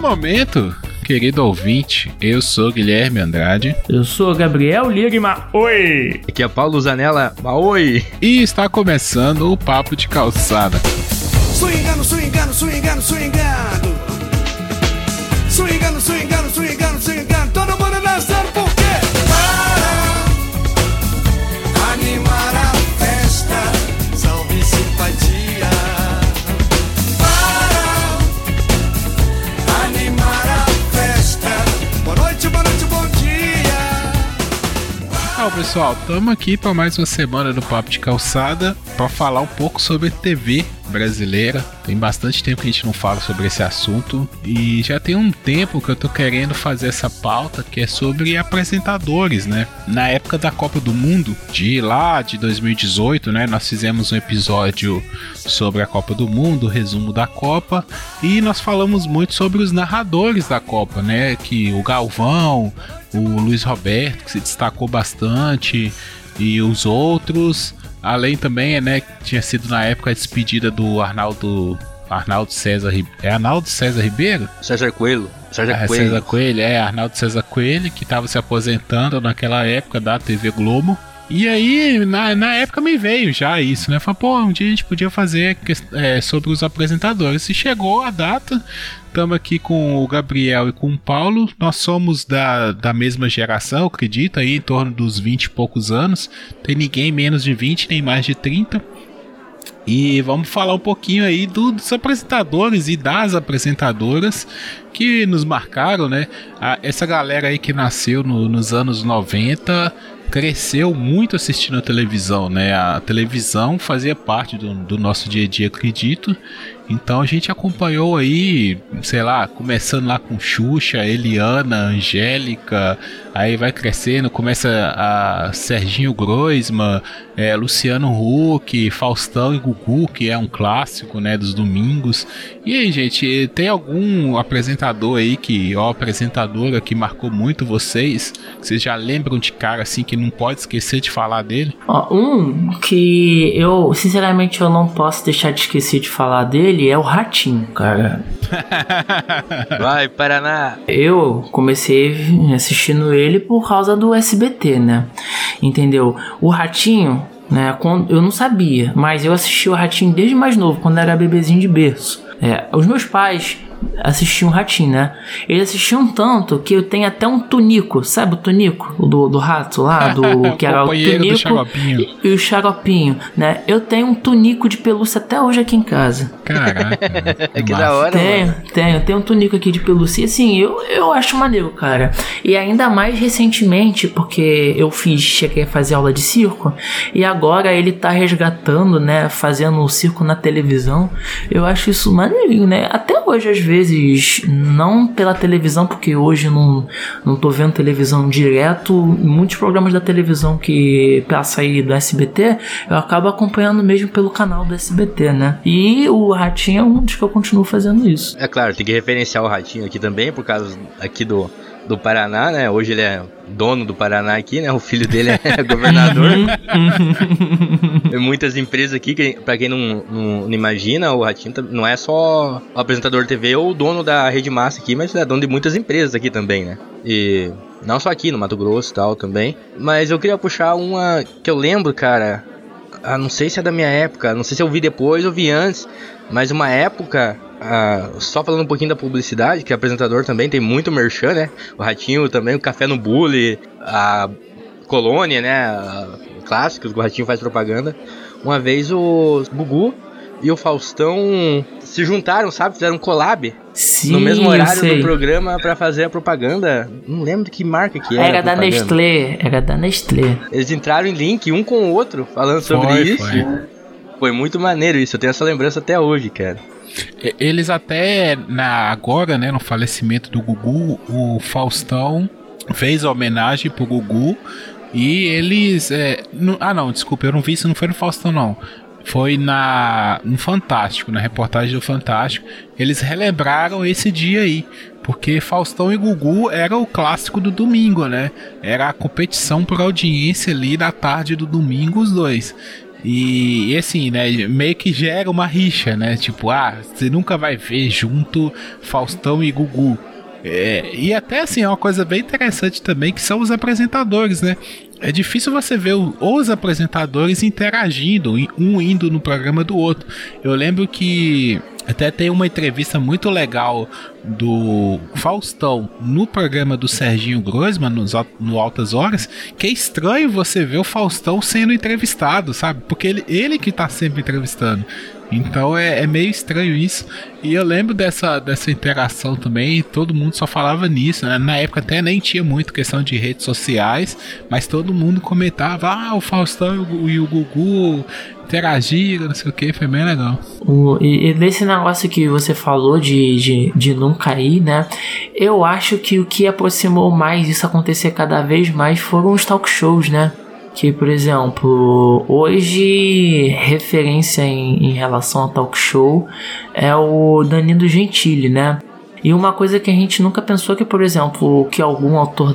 momento, querido ouvinte, eu sou Guilherme Andrade. Eu sou Gabriel Lima. Oi! Aqui é Paulo Zanella. Oi! E está começando o Papo de Calçada. Swingando, swingando, swingando, swingando. Swingando, swingando, swingando, swingando. Todo mundo dançando por quê? Para animar a festa, salve simpatia. Para animar a festa. Boa noite, bom dia. Então, pessoal, estamos aqui para mais uma semana do Papo de Calçada para falar um pouco sobre TV brasileira. Tem bastante tempo que a gente não fala sobre esse assunto e já tem um tempo que eu tô querendo fazer essa pauta, que é sobre apresentadores, né? Na época da Copa do Mundo, de 2018, né? Nós fizemos um episódio sobre a Copa do Mundo, resumo da Copa, e nós falamos muito sobre os narradores da Copa, né? Que o Galvão, o Luiz Roberto, que se destacou bastante, e os outros. Além também, né, que tinha sido na época a despedida do Arnaldo César Ribeiro. É Arnaldo César Ribeiro? César Coelho. Arnaldo César Coelho, que estava se aposentando naquela época da TV Globo. E aí, na época me veio já isso, né? Falei, pô, um dia a gente podia fazer sobre os apresentadores. E chegou a data, estamos aqui com o Gabriel e com o Paulo. Nós somos da mesma geração, acredito, aí em torno dos 20 e poucos anos. Tem ninguém menos de 20, nem mais de 30. E vamos falar um pouquinho aí dos apresentadores e das apresentadoras que nos marcaram, né? Essa galera aí que nasceu nos anos 90... cresceu muito assistindo a televisão, né? A televisão fazia parte do nosso dia a dia, acredito. Então a gente acompanhou aí, sei lá, começando lá com Xuxa, Eliana, Angélica, aí vai crescendo, começa a Serginho Groisman, Luciano Huck, Faustão e Gugu, que é um clássico, né, dos domingos. E aí, gente, tem algum apresentador aí ou apresentadora que marcou muito vocês? Que vocês já lembram de cara assim que não pode esquecer de falar dele? Um que eu, sinceramente, eu não posso deixar de esquecer de falar dele é o Ratinho, cara. Vai, Paraná! Eu comecei assistindo ele por causa do SBT, né? Entendeu? O Ratinho, né? Eu não sabia, mas eu assisti o Ratinho desde mais novo, quando era bebezinho de berço. Os meus pais assistiam Ratinho, né? Eles assistiam tanto que eu tenho até um tunico, sabe o tunico do rato lá, que era o tunico e o xaropinho, né? Eu tenho um tunico de pelúcia até hoje aqui em casa. Caraca, que da hora, tenho um tunico aqui de pelúcia. E assim, eu acho maneiro, cara. E ainda mais recentemente, porque cheguei a fazer aula de circo e agora ele tá resgatando, né? Fazendo o circo na televisão. Eu acho isso maneirinho, né? Até hoje, às vezes, não pela televisão, porque hoje não tô vendo televisão direto. Muitos programas da televisão que passa aí do SBT, eu acabo acompanhando mesmo pelo canal do SBT, né? E o Ratinho é um dos que eu continuo fazendo isso. É claro, tem que referenciar o Ratinho aqui também, por causa aqui do Paraná, né? Hoje ele é dono do Paraná aqui, né? O filho dele é governador. Tem muitas empresas aqui, pra quem não imagina, o Ratinho não é só o apresentador de TV ou o dono da Rede Massa aqui, mas é dono de muitas empresas aqui também, né? E não só aqui, no Mato Grosso e tal também. Mas eu queria puxar uma que eu lembro, cara, não sei se é da minha época, não sei se eu vi depois ou vi antes, mas uma época... só falando um pouquinho da publicidade, que apresentador também tem muito merchan, né? O Ratinho também, o Café no Bule, a Colônia, né? Clássicos, o Ratinho faz propaganda. Uma vez o Gugu e o Faustão se juntaram, sabe? Fizeram um collab. Sim, no mesmo horário do programa pra fazer a propaganda. Não lembro de que marca que era. Era da Nestlé. Eles entraram em link um com o outro, falando sobre isso. Foi muito maneiro isso, eu tenho essa lembrança até hoje, cara. Eles até, agora, né, no falecimento do Gugu, o Faustão fez a homenagem pro Gugu e eles... desculpa, eu não vi isso, não foi no Faustão, não. Foi no Fantástico, na reportagem do Fantástico. Eles relembraram esse dia aí, porque Faustão e Gugu era o clássico do domingo, né? Era a competição por audiência ali da tarde do domingo, os dois. E assim, né, meio que gera uma rixa, né? Tipo, você nunca vai ver junto Faustão e Gugu. E até assim, é uma coisa bem interessante também, que são os apresentadores, né? É difícil você ver os apresentadores interagindo, um indo no programa do outro. Eu lembro que até tem uma entrevista muito legal do Faustão no programa do Serginho Groisman, no Altas Horas, que é estranho você ver o Faustão sendo entrevistado, sabe? Porque ele que tá sempre entrevistando. Então é meio estranho isso. E eu lembro dessa interação também, todo mundo só falava nisso, né? Na época até nem tinha muito questão de redes sociais, mas todo mundo comentava, o Faustão e o Gugu interagiram, não sei o que, foi bem legal. E nesse negócio que você falou de nunca ir, né? Eu acho que o que aproximou mais isso acontecer cada vez mais foram os talk shows, né? Que, por exemplo, hoje referência em relação ao talk show é o Danilo Gentili, né? E uma coisa que a gente nunca pensou que, por exemplo, que algum ator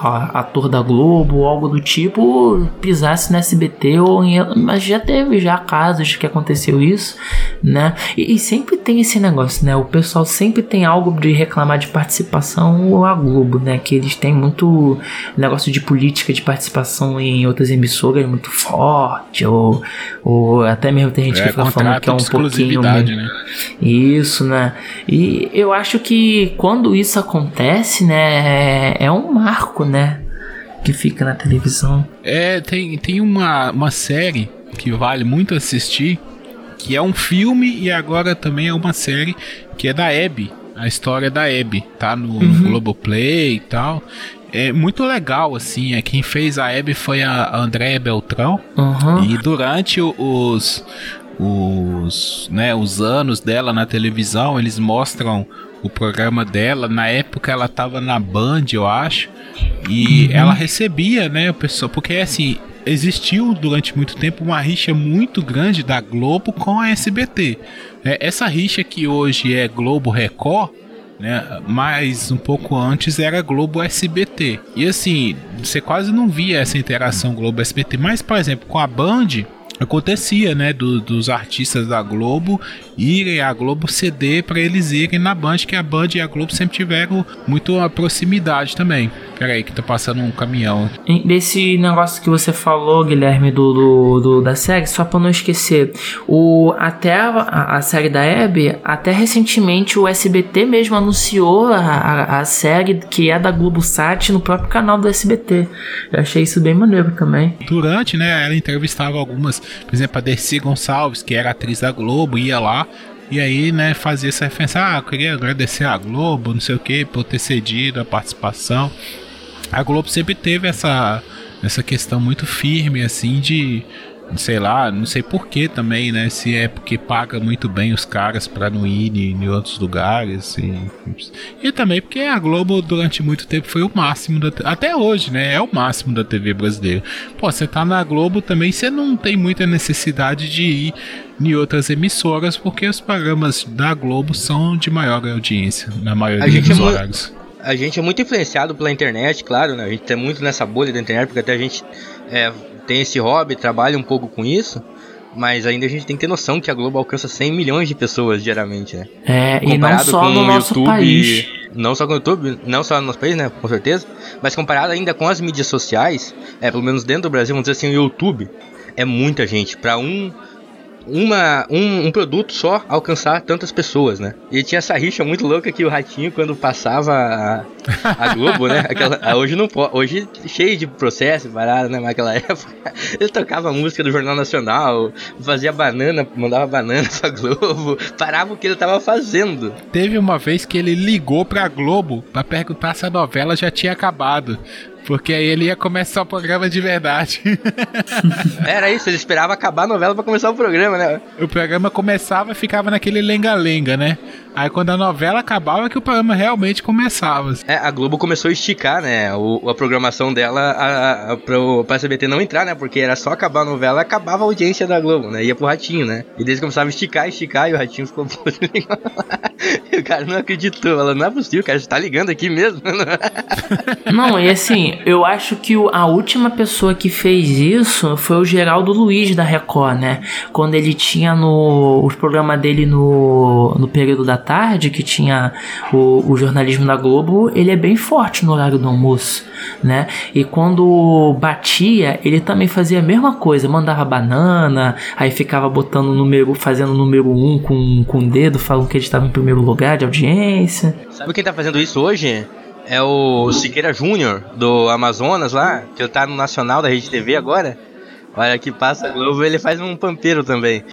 da Globo ou algo do tipo pisasse no SBT, mas já teve casos que aconteceu isso, né? E sempre tem esse negócio, né? O pessoal sempre tem algo de reclamar de participação a Globo, né? Que eles têm muito negócio de política de participação em outras emissoras muito forte, ou até mesmo tem gente que fica falando que é um pouquinho... Né? Isso, né? E eu acho que quando isso acontece, né, é um marco, né, que fica na televisão. Tem uma série que vale muito assistir, que é um filme e agora também é uma série que é da Hebe, a história da Hebe, tá no Globoplay e tal. É muito legal, assim, quem fez a Hebe foi a Andréa Beltrão, e durante os anos dela na televisão, eles mostram o programa dela. Na época ela tava na Band, eu acho, e ela recebia, né, o pessoal, porque assim, existiu durante muito tempo uma rixa muito grande da Globo com a SBT. Essa rixa que hoje é Globo Record, né, mas um pouco antes era Globo SBT. E assim, você quase não via essa interação Globo SBT, mas por exemplo, com a Band acontecia, né, dos artistas da Globo irem à Globo ceder para eles irem na Band, que a Band e a Globo sempre tiveram muito a proximidade também. Peraí que tá passando um caminhão. Desse negócio que você falou, Guilherme, da série, só pra não esquecer, até a série da Hebe, até recentemente o SBT mesmo anunciou a série que é da Globosat no próprio canal do SBT. Eu achei isso bem maneiro também. Durante, né, ela entrevistava algumas, por exemplo, a Dercy Gonçalves, que era atriz da Globo, ia lá, e aí, né, fazia essa referência, eu queria agradecer a Globo, não sei o que, por ter cedido a participação. A Globo sempre teve essa questão muito firme, assim, de, sei lá, não sei porquê também, né, se é porque paga muito bem os caras pra não ir em outros lugares, e também porque a Globo durante muito tempo foi o máximo, até hoje, né, é o máximo da TV brasileira. Pô, você tá na Globo também, você não tem muita necessidade de ir em outras emissoras, porque os programas da Globo são de maior audiência, na maioria dos horários. A gente é muito influenciado pela internet, claro, né? A gente tá muito nessa bolha da internet, porque até a gente tem esse hobby, trabalha um pouco com isso, mas ainda a gente tem que ter noção que a Globo alcança 100 milhões de pessoas diariamente, né? E não só no nosso país. Não só com o YouTube, não só no nosso país, né? Com certeza. Mas comparado ainda com as mídias sociais, pelo menos dentro do Brasil, vamos dizer assim, o YouTube é muita gente. Pra um produto só alcançar tantas pessoas, né? E tinha essa rixa muito louca que o Ratinho, quando passava a Globo, né? Hoje não pode, hoje cheio de processo, parada, né? Mas naquela época ele tocava a música do Jornal Nacional, fazia banana, mandava banana pra Globo, parava o que ele tava fazendo. Teve uma vez que ele ligou pra Globo pra perguntar se a novela já tinha acabado, porque aí ele ia começar o programa de verdade. Era isso, ele esperava acabar a novela pra começar o programa, né? O programa começava e ficava naquele lenga-lenga, né? Aí quando a novela acabava que o programa realmente começava. A Globo começou a esticar, né, a programação dela pra SBT não entrar, né? Porque era só acabar a novela, acabava a audiência da Globo, né? Ia pro Ratinho, né? E desde começava a esticar, e o Ratinho ficou... E o cara não acreditou, ela não é possível, cara, você tá ligando aqui mesmo? Não, e assim, assim, eu acho que a última pessoa que fez isso foi o Geraldo Luiz da Record, né? Quando ele tinha o programa dele no período da tarde, que tinha o jornalismo da Globo, ele é bem forte no horário do almoço, né? E quando batia, ele também fazia a mesma coisa, mandava banana, aí ficava botando fazendo o número 1 com o dedo, falando que ele estava em primeiro lugar de audiência. Sabe quem tá fazendo isso hoje? É o Siqueira Júnior, do Amazonas lá, que ele tá no Nacional da Rede TV agora. Olha, que passa a Globo, ele faz um pampeiro também.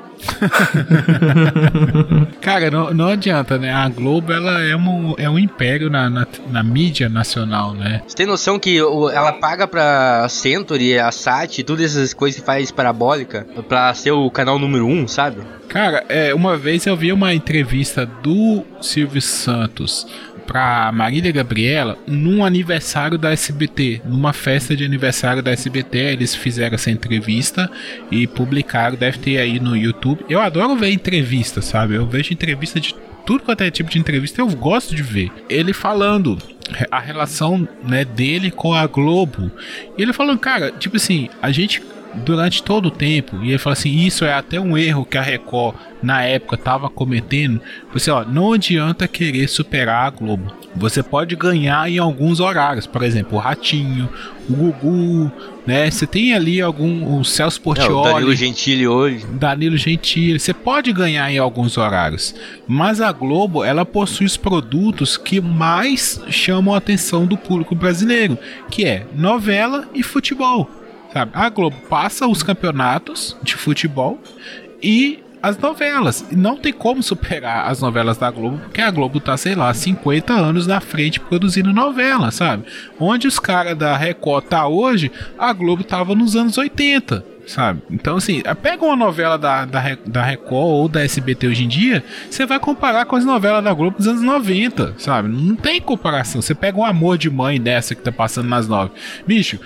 Cara, não adianta, né? A Globo, ela é um império na mídia nacional, né? Você tem noção que ela paga pra Century, a Sat, todas essas coisas que faz parabólica, pra ser o canal número 1, sabe? Cara, uma vez eu vi uma entrevista do Silvio Santos pra Marília Gabriela num aniversário da SBT, numa festa de aniversário da SBT. Eles fizeram essa entrevista e publicaram, deve ter aí no YouTube. Eu adoro ver entrevista, sabe? Eu vejo entrevista de tudo quanto é tipo de entrevista, eu gosto de ver. Ele falando a relação, né, dele com a Globo. E ele falando, cara, tipo assim, a gente durante todo o tempo, e ele fala assim, isso é até um erro que a Record na época estava cometendo. Você, não adianta querer superar a Globo. Você pode ganhar em alguns horários, por exemplo, o Ratinho, o Gugu, né? Você tem ali o Celso Portiolli, o Danilo Gentili hoje. Você pode ganhar em alguns horários, mas a Globo, ela possui os produtos que mais chamam a atenção do público brasileiro, que é novela e futebol. Sabe? A Globo passa os campeonatos de futebol e as novelas. Não tem como superar as novelas da Globo, porque a Globo tá, sei lá, 50 anos na frente produzindo novela, sabe? Onde os caras da Record tá hoje, a Globo tava nos anos 80. Sabe? Então, assim, pega uma novela da Record ou da SBT hoje em dia, você vai comparar com as novelas da Globo dos anos 90, sabe? Não tem comparação. Você pega um Amor de Mãe dessa que tá passando nas 9. Bicho,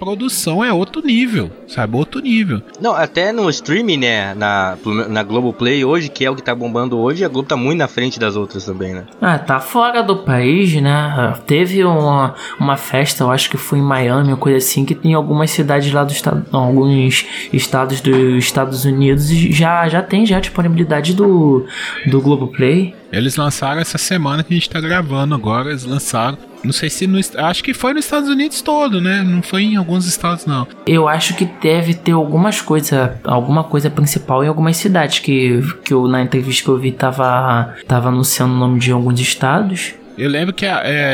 a produção é outro nível, sabe? Outro nível. Não, até no streaming, né? Na Globoplay hoje, que é o que tá bombando hoje, a Globo tá muito na frente das outras também, né? Tá fora do país, né? Teve uma festa, eu acho que foi em Miami, uma coisa assim, que tem algumas cidades lá do estado, alguns estados dos Estados Unidos já tem a disponibilidade do Globoplay. Eles lançaram essa semana que a gente tá gravando agora, eles lançaram. Não sei se acho que foi nos Estados Unidos todo, né? Não foi em alguns estados, não. Eu acho que deve ter alguma coisa principal em algumas cidades que eu, na entrevista que eu vi, tava anunciando o nome de alguns estados. Eu lembro que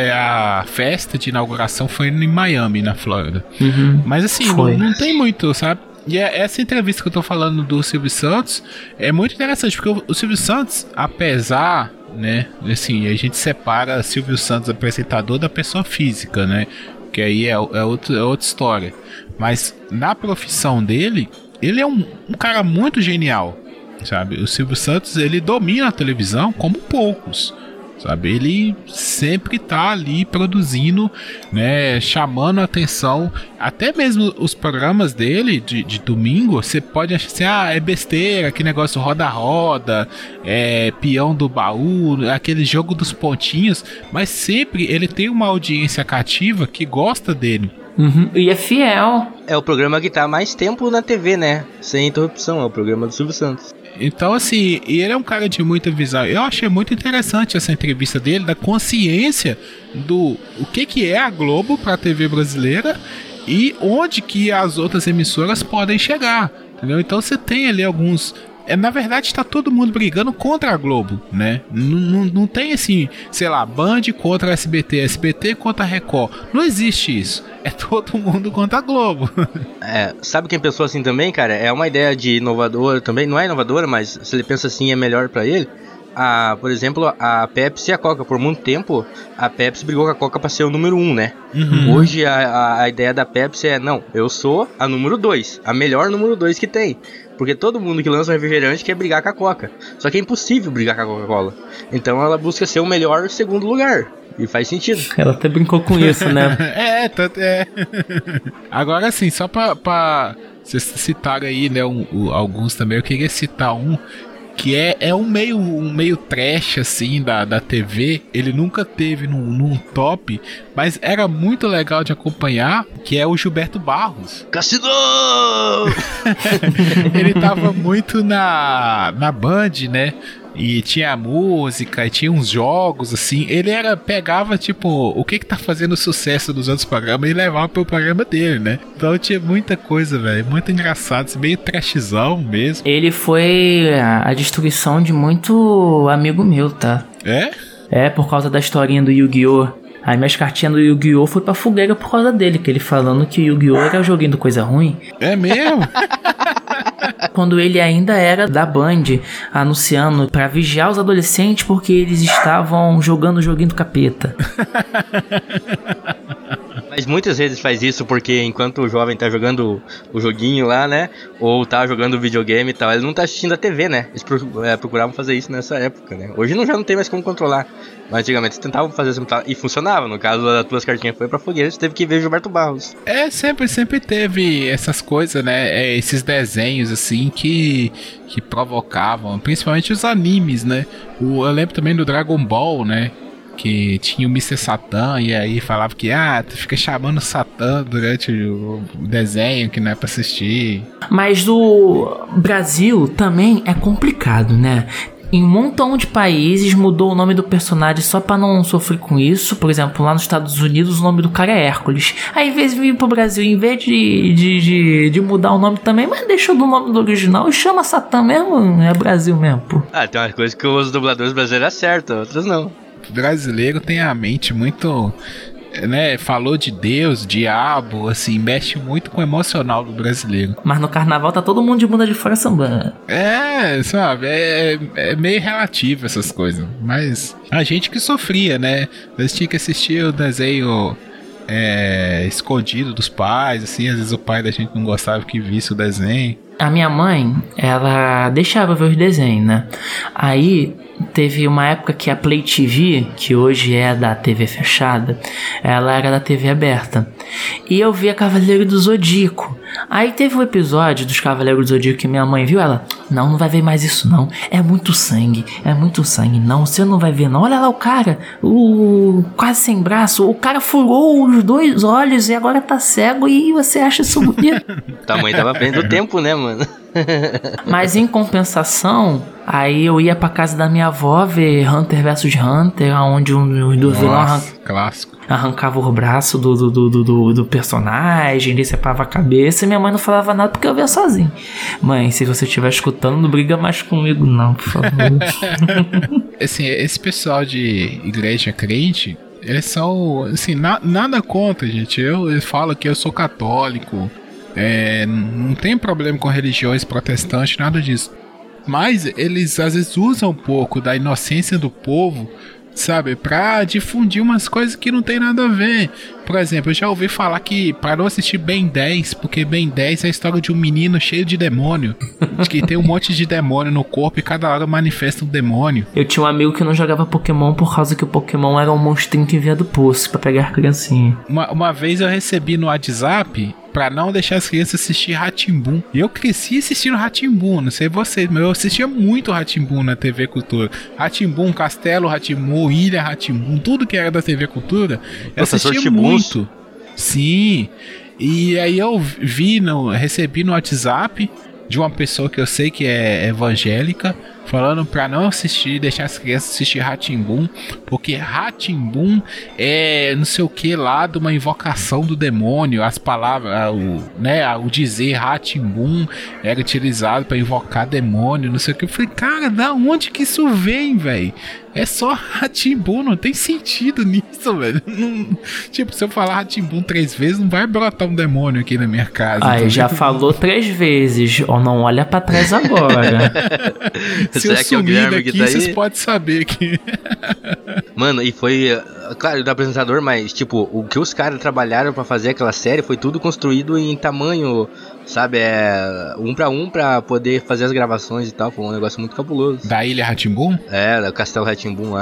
a festa de inauguração foi em Miami, na Flórida. Mas assim, não tem muito, sabe? E essa entrevista que eu tô falando do Silvio Santos é muito interessante, porque o Silvio Santos, apesar, né, assim, a gente separa Silvio Santos, apresentador, da pessoa física, né, que aí é outra história. Mas na profissão dele, ele é um cara muito genial, sabe? O Silvio Santos, ele domina a televisão como poucos, sabe? Ele sempre tá ali produzindo, né, chamando a atenção. Até mesmo os programas dele de domingo, você pode achar assim, é besteira, que negócio roda-roda, peão do baú, aquele jogo dos pontinhos, mas sempre ele tem uma audiência cativa que gosta dele. E é fiel. É o programa que tá há mais tempo na TV, né? Sem interrupção, é o programa do Silvio Santos. Então, assim, ele é um cara de muita visão. Eu achei muito interessante essa entrevista dele, da consciência do o que é a Globo para a TV brasileira e onde que as outras emissoras podem chegar, entendeu? Então você tem ali alguns... na verdade está todo mundo brigando contra a Globo, né? Não tem assim, sei lá, Band contra a SBT, SBT contra a Record. Não existe isso. É todo mundo contra a Globo. Sabe quem pensou assim também, cara? É uma ideia de inovadora também. Não é inovadora, mas se ele pensa assim é melhor pra ele. Por exemplo, a Pepsi e a Coca. Por muito tempo, a Pepsi brigou com a Coca pra ser o número 1, né? Hoje a ideia da Pepsi é, não, eu sou a número 2. A melhor número 2 que tem. Porque todo mundo que lança um refrigerante quer brigar com a Coca. Só que é impossível brigar com a Coca-Cola. Então ela busca ser o melhor segundo lugar. E faz sentido. Ela até brincou com isso, né? Agora sim, só pra vocês citarem aí, né, alguns também, eu queria citar um que é um meio trash, assim, da TV. Ele nunca teve num top, mas era muito legal de acompanhar, que é o Gilberto Barros. Cassino! Ele tava muito na Band, né? E tinha música, e tinha uns jogos, assim. Ele pegava, tipo, o que tá fazendo sucesso nos outros programas e levava pro programa dele, né? Então tinha muita coisa, velho. Muito engraçado, assim, meio trashzão mesmo. Ele foi a destruição de muito amigo meu, tá? É? É, por causa da historinha do Yu-Gi-Oh! Aí minhas cartinhas do Yu-Gi-Oh! Foi pra fogueira por causa dele, que ele falando que o Yu-Gi-Oh! Era o joguinho do coisa ruim. É mesmo? Quando ele ainda era da Band, anunciando pra vigiar os adolescentes porque eles estavam jogando o joguinho do capeta. Mas muitas vezes faz isso porque enquanto o jovem tá jogando o joguinho lá, né? Ou tá jogando videogame e tal, ele não tá assistindo a TV, né? Eles procuravam fazer isso nessa época, né? Hoje já não tem mais como controlar. Mas antigamente eles tentavam fazer isso e funcionava. No caso, das tuas cartinhas foi pra fogueira, você teve que ver Gilberto Barros. É, sempre teve essas coisas, né? Esses desenhos, assim, que provocavam, principalmente os animes, né? Eu lembro também do Dragon Ball, né? Que tinha o Mr. Satan, e aí falava que tu fica chamando Satan durante o desenho, que não é pra assistir. Mas do Brasil também é complicado, né? Em um montão de países mudou o nome do personagem só pra não sofrer com isso. Por exemplo, lá nos Estados Unidos o nome do cara é Hércules. Aí em vez de vir pro Brasil, em vez de mudar o nome também, mas deixou do nome do original e chama Satã mesmo, é Brasil mesmo, pô. Tem umas coisas que os dubladores brasileiros acertam, outras não. O brasileiro tem a mente muito, né, falou de Deus, diabo, assim, mexe muito com o emocional do brasileiro. Mas no carnaval tá todo mundo de bunda de fora sambando. Sabe, é meio relativo essas coisas, mas a gente que sofria, né, nós tinha que assistir o desenho escondido dos pais, assim, às vezes o pai da gente não gostava que visse o desenho. A minha mãe, ela deixava ver os desenhos, né? Aí teve uma época que a Play TV, que hoje é da TV fechada, ela era da TV aberta. E eu via Cavaleiro do Zodíaco. Aí teve um episódio dos Cavaleiros do Zodíaco que minha mãe viu, ela, não vai ver mais isso não, é muito sangue, não, você não vai ver não, olha lá o cara, quase sem braço, o cara furou os 2 olhos e agora tá cego e você acha isso bonito? Tua mãe tava vendo o tempo, né, mano? Mas em compensação, aí eu ia pra casa da minha avó ver Hunter vs Hunter, onde os dois vilões arrancavam o braço do personagem, decepava a cabeça, e minha mãe não falava nada porque eu via sozinho. Mãe, se você estiver escutando, não briga mais comigo não, por favor. Assim, esse pessoal de igreja crente, eles são, assim, nada contra, gente. Eu falo que eu sou católico, não tem problema com religiões protestantes, nada disso. Mas eles às vezes usam um pouco da inocência do povo, sabe, pra difundir umas coisas que não tem nada a ver. Por exemplo, eu já ouvi falar que pra não assistir Ben 10, porque Ben 10 é a história de um menino cheio de demônio, que tem um monte de demônio no corpo e cada hora manifesta um demônio. Eu tinha um amigo que não jogava Pokémon por causa que o Pokémon era um monstrinho que vinha do poço pra pegar criancinha. Uma vez eu recebi no WhatsApp pra não deixar as crianças assistir Rá-Tim-Bum. E eu cresci assistindo Rá-Tim-Bum, não sei vocês, mas eu assistia muito Rá-Tim-Bum na TV Cultura. Rá-Tim-Bum, Castelo Rá-Tim-Bum, Ilha Rá-Tim-Bum, tudo que era da TV Cultura, eu assistia muito. Sim. E aí eu recebi no WhatsApp de uma pessoa que eu sei que é evangélica, falando pra não assistir, deixar as crianças assistir Rá-Tim-Bum, porque Rá-Tim-Bum é não sei o que lá de uma invocação do demônio, as palavras, o dizer Rá-Tim-Bum era utilizado pra invocar demônio, não sei o que. Eu falei, cara, da onde que isso vem, velho? É só Rá-Tim-Bum, não tem sentido nisso, velho. Tipo, se eu falar Rá-Tim-Bum 3 vezes, não vai brotar um demônio aqui na minha casa. Aí já falou 3 vezes, não olha pra trás agora. Se eu sumir daqui, tá vocês podem saber que... Mano, e foi... Claro, do apresentador, mas, tipo, o que os caras trabalharam pra fazer aquela série foi tudo construído em tamanho, sabe? 1 pra 1 pra poder fazer as gravações e tal. Foi um negócio muito cabuloso. Da Ilha Rá-Tim-Bum? Do Castelo Rá-Tim-Bum lá.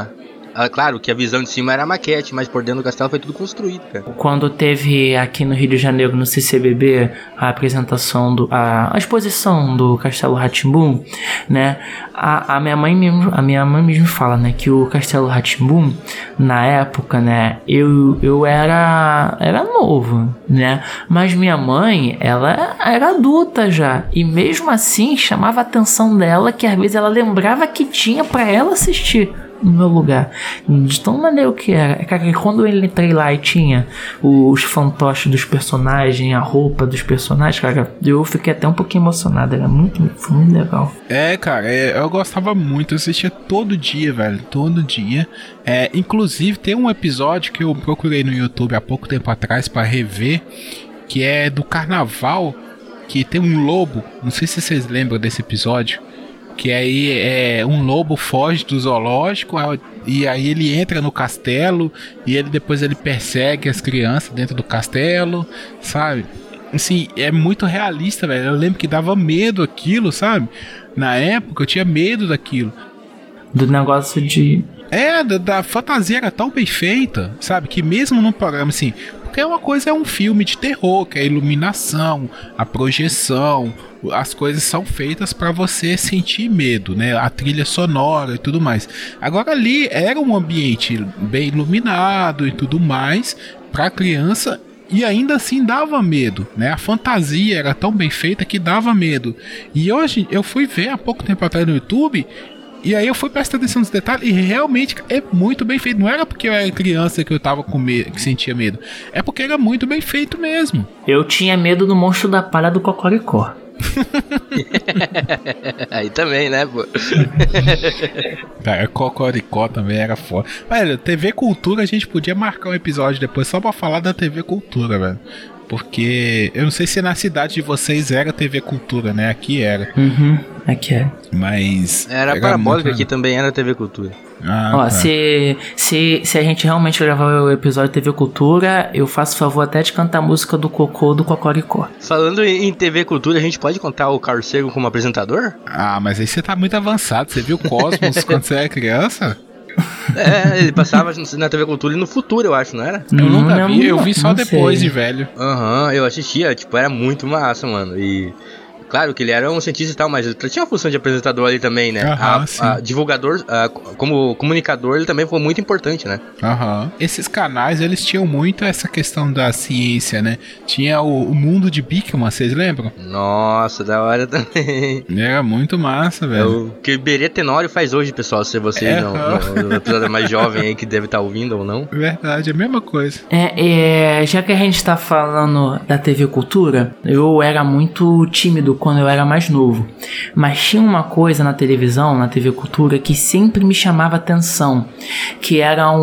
Claro que a visão de cima era a maquete, mas por dentro do castelo foi tudo construído, cara. Quando teve aqui no Rio de Janeiro, no CCBB, a apresentação, a exposição do Castelo Rá-Tim-Bum, né? A minha mãe mesmo fala, né, que o Castelo Rá-Tim-Bum, na época, né, eu era novo, né? Mas minha mãe, ela era adulta já. E mesmo assim, chamava a atenção dela que às vezes ela lembrava que tinha pra ela assistir no meu lugar. De tão maneiro que era. Cara, quando eu entrei lá e tinha os fantoches dos personagens, a roupa dos personagens, cara, eu fiquei até um pouquinho emocionado. Foi muito legal. Cara, eu gostava muito. Eu assistia todo dia, velho. Todo dia. Inclusive, tem um episódio que eu procurei no YouTube há pouco tempo atrás pra rever, que é do carnaval, que tem um lobo. Não sei se vocês lembram desse episódio. Que aí um lobo foge do zoológico e aí ele entra no castelo e depois ele persegue as crianças dentro do castelo, sabe? Assim, é muito realista, velho. Eu lembro que dava medo aquilo, sabe? Na época eu tinha medo daquilo. Do negócio de... Da fantasia era tão bem feita, sabe? Que mesmo num programa assim... Porque uma coisa é um filme de terror, que é a iluminação, a projeção, as coisas são feitas para você sentir medo, né? A trilha sonora e tudo mais. Agora ali era um ambiente bem iluminado e tudo mais para criança e ainda assim dava medo, né? A fantasia era tão bem feita que dava medo. E hoje eu fui ver há pouco tempo atrás no YouTube. E aí eu fui prestar atenção nos detalhes e realmente é muito bem feito. Não era porque eu era criança que eu tava com medo, que sentia medo. É porque era muito bem feito mesmo. Eu tinha medo do monstro da palha do Cocoricó. Aí também, né, pô? Cara, Cocoricó também era foda. Velho, TV Cultura a gente podia marcar um episódio depois só pra falar da TV Cultura, velho. Porque eu não sei se na cidade de vocês era TV Cultura, né? Aqui era. Aqui era. Mas... Era parabólica, aqui também era TV Cultura. Ó, tá. se a gente realmente gravar o episódio de TV Cultura, eu faço favor até de cantar a música do Cocô do Cocoricó. Falando em TV Cultura, a gente pode contar o Carl Sagan como apresentador? Mas aí você tá muito avançado. Você viu Cosmos quando você era criança? Ele passava na TV Cultura e no Futuro, eu acho, não era? Eu nunca vi, eu vi só depois de velho. Eu assistia, tipo, era muito massa, mano. E claro que ele era um cientista e tal, mas ele tinha uma função de apresentador ali também, né? Divulgador, como comunicador, ele também foi muito importante, né? Esses canais, eles tinham muito essa questão da ciência, né? Tinha o Mundo de Bikman, vocês lembram? Nossa, da hora também. Era muito massa, velho. É o que o Iberê Tenório faz hoje, pessoal, se você não episódio mais jovem aí que deve estar ouvindo ou não. Verdade, é a mesma coisa. Já que a gente tá falando da TV Cultura, eu era muito tímido quando eu era mais novo, mas tinha uma coisa na televisão, na TV Cultura, que sempre me chamava atenção, que era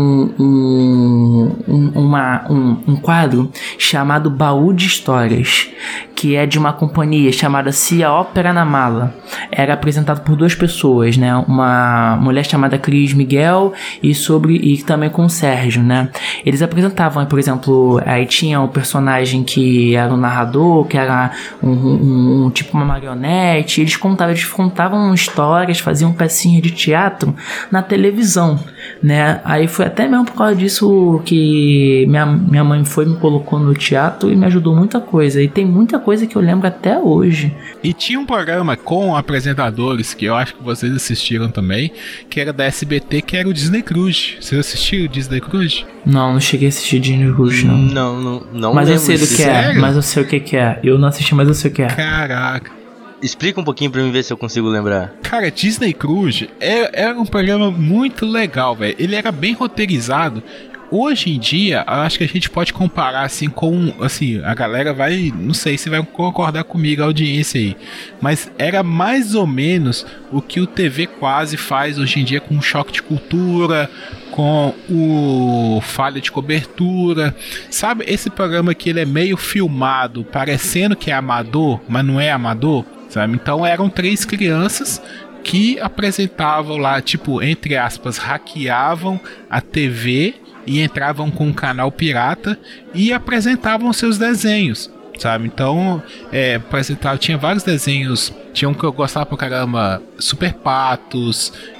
um quadro chamado Baú de Histórias, que é de uma companhia chamada Cia Ópera na Mala. Era apresentado por duas pessoas, né? Uma mulher chamada Cris Miguel e também com o Sérgio, né? Eles apresentavam, por exemplo, aí tinha um personagem que era o narrador, que era tipo uma marionete. Eles contavam histórias, faziam pecinhas de teatro na televisão, né? Aí foi até mesmo por causa disso que minha mãe me colocou no teatro e me ajudou muita coisa. E tem muita coisa que eu lembro até hoje. E tinha um programa com apresentadores que eu acho que vocês assistiram também, que era da SBT, que era o Disney Cruise. Vocês assistiram o Disney Cruise? Não cheguei a assistir Disney Cruise, não. Não. Mas eu sei do que é, mas eu sei o que é. Eu não assisti, mas eu sei o que é. Caraca. Explica um pouquinho pra mim ver se eu consigo lembrar. Cara, Disney Cruise era um programa muito legal, velho. Ele era bem roteirizado. Hoje em dia, acho que a gente pode comparar assim com, assim, a galera vai, não sei se vai concordar comigo, a audiência aí, mas era mais ou menos o que o TV Quase faz hoje em dia com o Choque de Cultura, com o Falha de Cobertura, sabe? Esse programa que ele é meio filmado, parecendo que é amador, mas não é amador, sabe? Então eram 3 crianças que apresentavam lá, tipo, entre aspas, hackeavam a TV e entravam com um canal pirata e apresentavam seus desenhos, sabe? Então, tinha vários desenhos, tinha um que eu gostava pra caramba, Super Patos,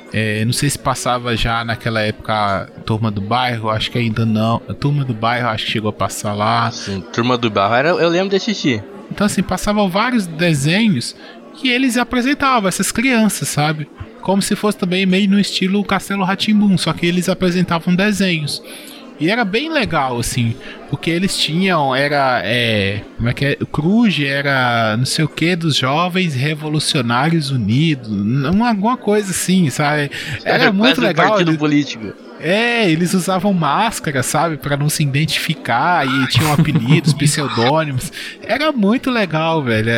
Não sei se passava já naquela época Turma do Bairro, acho que ainda não. A Turma do Bairro acho que chegou a passar lá. Sim, Turma do Bairro, eu lembro de assistir. Então assim, passavam vários desenhos que eles apresentavam, essas crianças, sabe? Como se fosse também meio no estilo Castelo Rá-Tim-Bum, só que eles apresentavam desenhos. E era bem legal, assim, porque eles tinham, como é que é? O Cruz era não sei o que dos Jovens Revolucionários Unidos, alguma coisa assim, sabe? Era muito legal. Um partido político. Eles usavam máscara, sabe, pra não se identificar, e tinham apelidos, pseudônimos. Era muito legal, velho,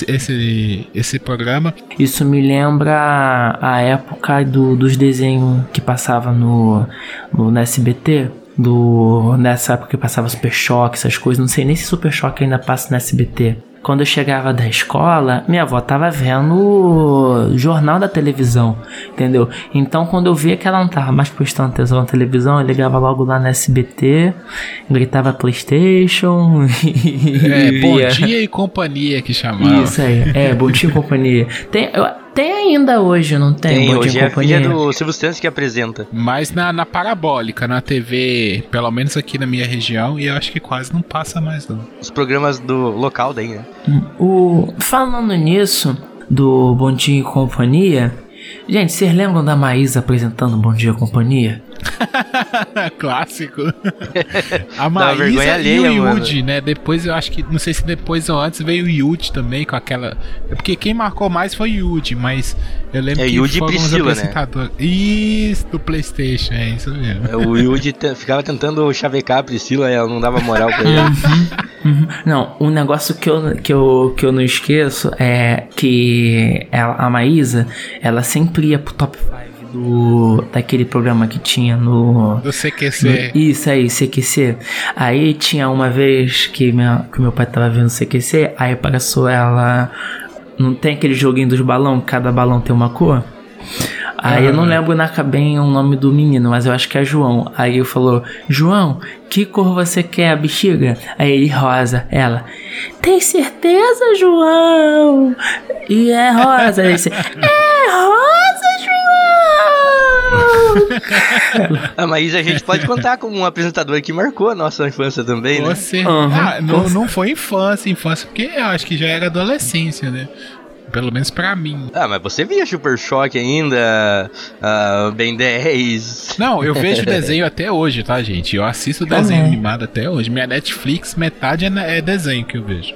esse programa. Isso me lembra a época dos desenhos que passava no SBT. Nessa época que passava Super Choque, essas coisas. Não sei nem se Super Choque ainda passa no SBT. Quando eu chegava da escola, minha avó tava vendo o jornal da televisão, entendeu? Então quando eu via que ela não tava mais prestando atenção na televisão, eu ligava logo lá no SBT, gritava PlayStation Bom Dia e Companhia que chamava. Isso aí, Bom Dia e Companhia. Tem ainda hoje, não tem? Tem, hoje é a filha do Silvio Santos que apresenta. Mas na parabólica, na TV, pelo menos aqui na minha região, e eu acho que quase não passa mais não. Os programas do local daí, né? Falando nisso, do Bom Dia e Companhia, gente, vocês lembram da Maísa apresentando Bom Dia e Companhia? Clássico. A Maísa e o Yudi, né? Depois eu acho que, não sei se depois ou antes veio o Yudi também com aquela. Porque quem marcou mais foi o Yudi, mas eu lembro que Yudi foram Priscila, os apresentadores. Né? Isso, do PlayStation, é isso mesmo. O Yudi ficava tentando chavecar a Priscila e ela não dava moral pra ele. Não, um negócio que eu não esqueço é que a Maísa, ela sempre ia pro top 5 daquele programa que tinha do CQC. Isso aí, CQC. Aí tinha uma vez que meu pai tava vendo o CQC, aí passou ela. Não tem aquele joguinho dos balões, cada balão tem uma cor? Aí eu não lembro bem o nome do menino, mas eu acho que é João. Aí ele falou: João, que cor você quer, a bexiga? Aí ele: rosa. Ela: tem certeza, João? E é rosa. Aí ele disse: é rosa, João! A Maísa a gente pode contar como um apresentador que marcou a nossa infância também, né? Não foi infância, porque eu acho que já era adolescência, né? Pelo menos pra mim. Mas você via Super Choque ainda, Ben 10. Não, eu vejo desenho até hoje, tá, gente? Eu assisto desenho animado até hoje. Minha Netflix, metade é desenho que eu vejo.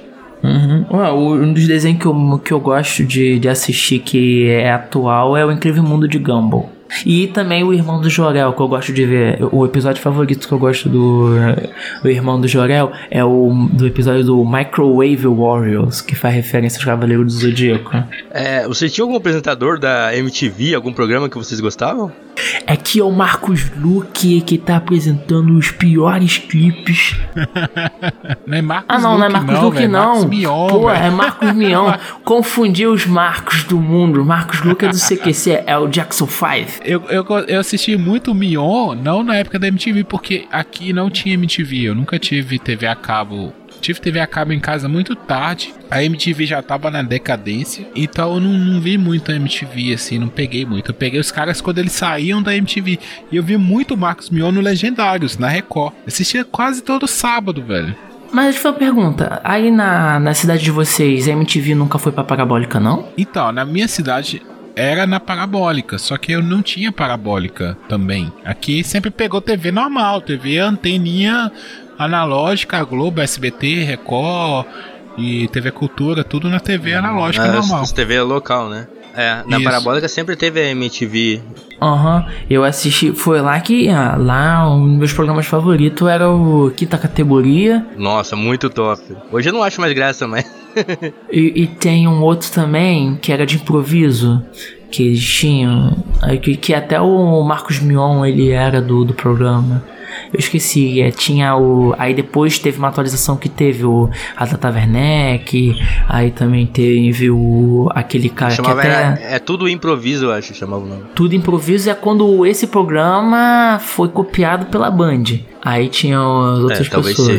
Um dos desenhos que eu gosto de assistir, que é atual, é o Incrível Mundo de Gumball. E também o Irmão do Jor-El, que eu gosto de ver. O episódio favorito que eu gosto do Irmão do Jor-El é do episódio do Microwave Warriors, que faz referência aos Cavaleiros do Zodíaco. Você tinha algum apresentador da MTV, algum programa que vocês gostavam? É que é o Marcos Luque que tá apresentando os piores clipes. Não é Marcos não é Marcos Luque não. Marcos Mion, pô, é Marcos Mion. Confundi os Marcos do mundo. Marcos Luque é do CQC, é o Jackson 5. Eu assisti muito o Mion, não na época da MTV, porque aqui não tinha MTV. Eu nunca tive TV a cabo. Tive TV a cabo em casa muito tarde. A MTV já tava na decadência. Então eu não vi muito a MTV, assim, não peguei muito. Eu peguei os caras quando eles saíam da MTV. E eu vi muito o Marcos Mion no Legendários, na Record. Eu assistia quase todo sábado, velho. Mas deixa eu fazer uma pergunta. Aí na cidade de vocês, a MTV nunca foi pra parabólica, não? Então, na minha cidade era na parabólica, só que eu não tinha parabólica também. Aqui sempre pegou TV normal, TV anteninha analógica, a Globo, SBT, Record e TV Cultura, tudo na TV analógica normal. TV local, né? Na Isso. parabólica sempre teve a MTV. Eu assisti, foi lá que lá um dos meus programas favoritos era o Quinta Categoria. Nossa, muito top. Hoje eu não acho mais graça, mas... e tem um outro também que era de improviso, que eles tinham, que até o Marcos Mion ele era do programa. Eu esqueci, tinha aí depois teve uma atualização que teve a Tata Werneck, aí também teve aquele cara chamava, que até... É tudo improviso, eu acho, chamava o nome. Tudo improviso é quando esse programa foi copiado pela Band. Aí tinha as outras talvez pessoas. Seja.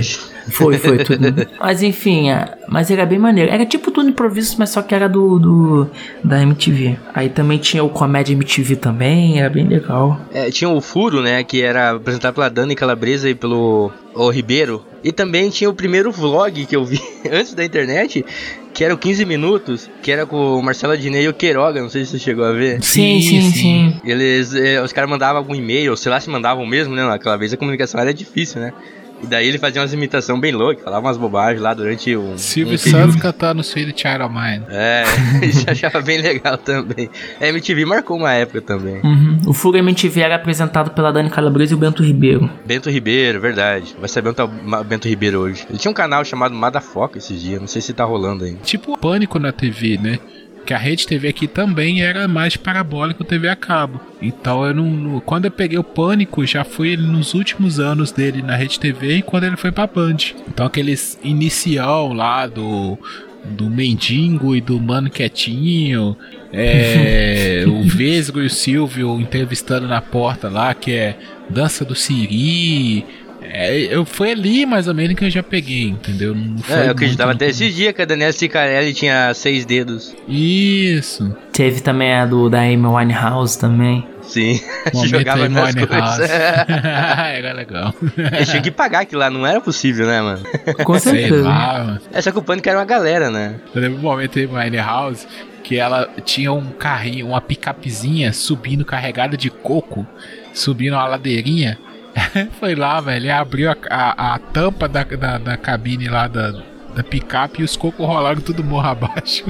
Foi tudo. Mas enfim, mas era bem maneiro. Era tipo tudo improviso, mas só que era da MTV. Aí também tinha o Comédia MTV também, era bem legal. Tinha o Furo, né, que era apresentado pela Dani Calabresa e pelo Ribeiro. E também tinha o primeiro vlog que eu vi antes da internet, que era o 15 minutos, que era com o Marcelo Adnet e o Queiroga, não sei se você chegou a ver. Sim. Os caras mandavam algum e-mail, sei lá se mandavam mesmo, né, naquela vez a comunicação era difícil, né. E daí ele fazia umas imitações bem loucas, falava umas bobagens lá durante Silvio Santos cantando Sweet Child of Mine. Isso eu achava bem legal também. A MTV marcou uma época também. O Fuga MTV era apresentado pela Dani Calabresa e o Bento Ribeiro. Bento Ribeiro, verdade. Vai saber onde tá o Bento Ribeiro hoje. Ele tinha um canal chamado Madafoca esses dias, não sei se tá rolando ainda. Tipo Pânico na TV, né? Que a Rede TV aqui também era mais parabólica, TV a cabo. Então quando eu peguei o Pânico, já foi ele nos últimos anos dele na Rede TV e quando ele foi pra Band. Então aqueles inicial lá do Mendigo e do Mano Quietinho, o Vesgo e o Silvio entrevistando na porta lá, que é Dança do Siri. Foi ali mais ou menos que eu já peguei, entendeu? Eu acreditava até esse dia que a Daniela Cicarelli tinha 6 dedos. Isso. Teve também a da Amy Winehouse também. Sim, jogava nas coisas. Era legal. Eles tinham que pagar aquilo lá, não era possível, né, mano? Com certeza. Sei lá, mano. Só que o Pânico era uma galera, né? Eu lembro um momento em Winehouse que ela tinha um carrinho, uma picapezinha subindo carregada de coco, subindo uma ladeirinha. Foi lá, velho, ele abriu a tampa da cabine lá da picape e os cocos rolaram tudo morro abaixo.